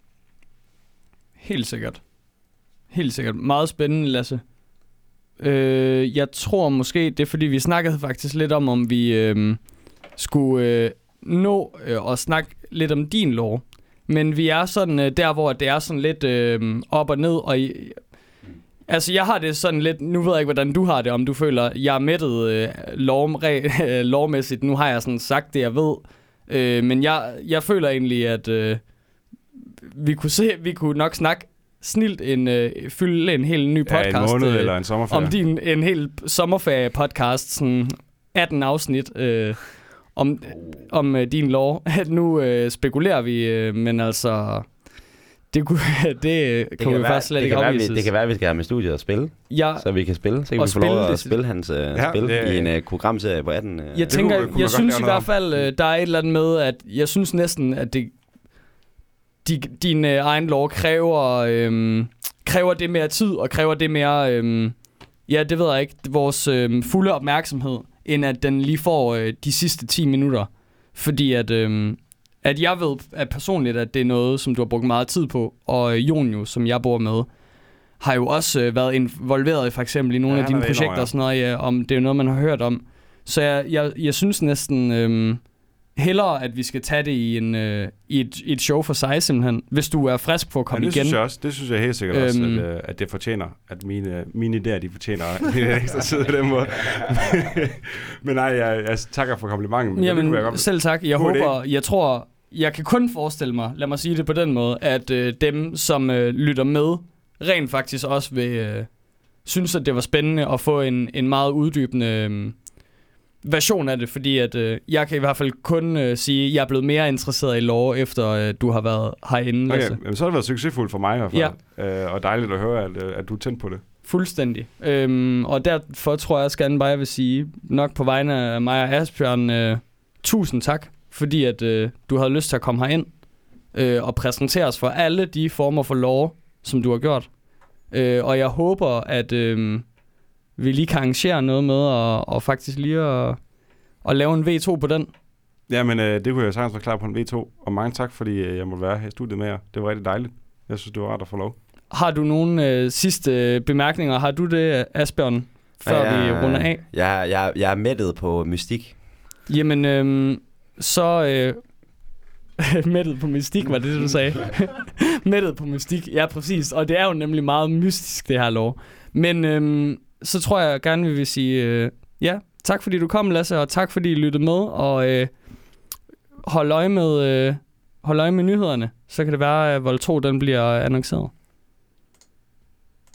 Helt sikkert. Helt sikkert. Meget spændende, Lasse. Jeg tror måske, det er fordi, vi snakkede faktisk lidt om vi skulle nå at snakke lidt om din lov. Men vi er sådan der, hvor det er sådan lidt op og ned, og altså, jeg har det sådan lidt, nu ved jeg ikke, hvordan du har det, om du føler, jeg er mættet lovmæssigt. Nu har jeg sådan sagt det, jeg ved. Men jeg føler egentlig, at vi kunne nok snakke snilt fylde en helt ny podcast. Ja, en måned eller en sommerferie. Om en hel sommerferie-podcast, sådan 18 afsnit om din lov. Nu spekulerer vi, men altså... Det kan vi faktisk slet ikke afvises. Det kan være, at vi skal have med studiet og spille, så vi kan spille. Så kan vi få lov at spille hans spil i en programserie på 18. Jeg synes i hvert fald, der er et eller andet med, at jeg synes næsten, at din egen lov kræver det mere tid, og kræver det mere, det ved jeg ikke, vores fulde opmærksomhed, end at den lige får de sidste 10 minutter. Fordi at jeg ved at personligt, at det er noget, som du har brugt meget tid på, og Jon jo, som jeg bor med, har jo også været involveret for eksempel i nogle af dine projekter og sådan noget, om det er noget, man har hørt om. Så jeg synes næsten hellere, at vi skal tage det i et show for sig simpelthen, hvis du er frisk på at komme igen. Synes jeg også. Det synes jeg helt sikkert også, at det fortjener, at mine idéer, de fortjener en ekstra tid på den måde. Men nej, jeg takker for komplimenten. Jamen, selv tak. Jeg tror, jeg kan kun forestille mig, lad mig sige det på den måde, at dem, som lytter med, rent faktisk også vil synes, at det var spændende at få en meget uddybende version af det, fordi at jeg kan i hvert fald kun sige, at jeg er blevet mere interesseret i lore, efter du har været herinde. Okay, men så har det været succesfuldt for mig i hvert fald, og dejligt at høre, at du er tændt på det. Fuldstændig. Og derfor tror jeg også gerne bare, jeg vil sige, nok på vegne af mig og Asbjørn, tusind tak, fordi at du havde lyst til at komme herind og præsentere os for alle de former for lore, som du har gjort. Og jeg håber, at vi lige kan arrangere noget med, og faktisk lige at lave en V2 på den. Jamen, det kunne jeg sagtens være klar på en V2, og mange tak, fordi jeg måtte være her i studiet med jer. Det var rigtig dejligt. Jeg synes, det var rart at få lov. Har du nogle sidste bemærkninger? Har du det, Asbjørn, før vi runder af? Jeg er mættet på mystik. Jamen, så... mættet på mystik, var det du sagde? Mættet på mystik, ja præcis. Og det er jo nemlig meget mystisk, det her lov. Men så tror jeg gerne, vi vil sige tak fordi du kom, Lasse, og tak fordi I lyttede med, og hold øje med nyhederne. Så kan det være, at Vold 2 den bliver annonceret.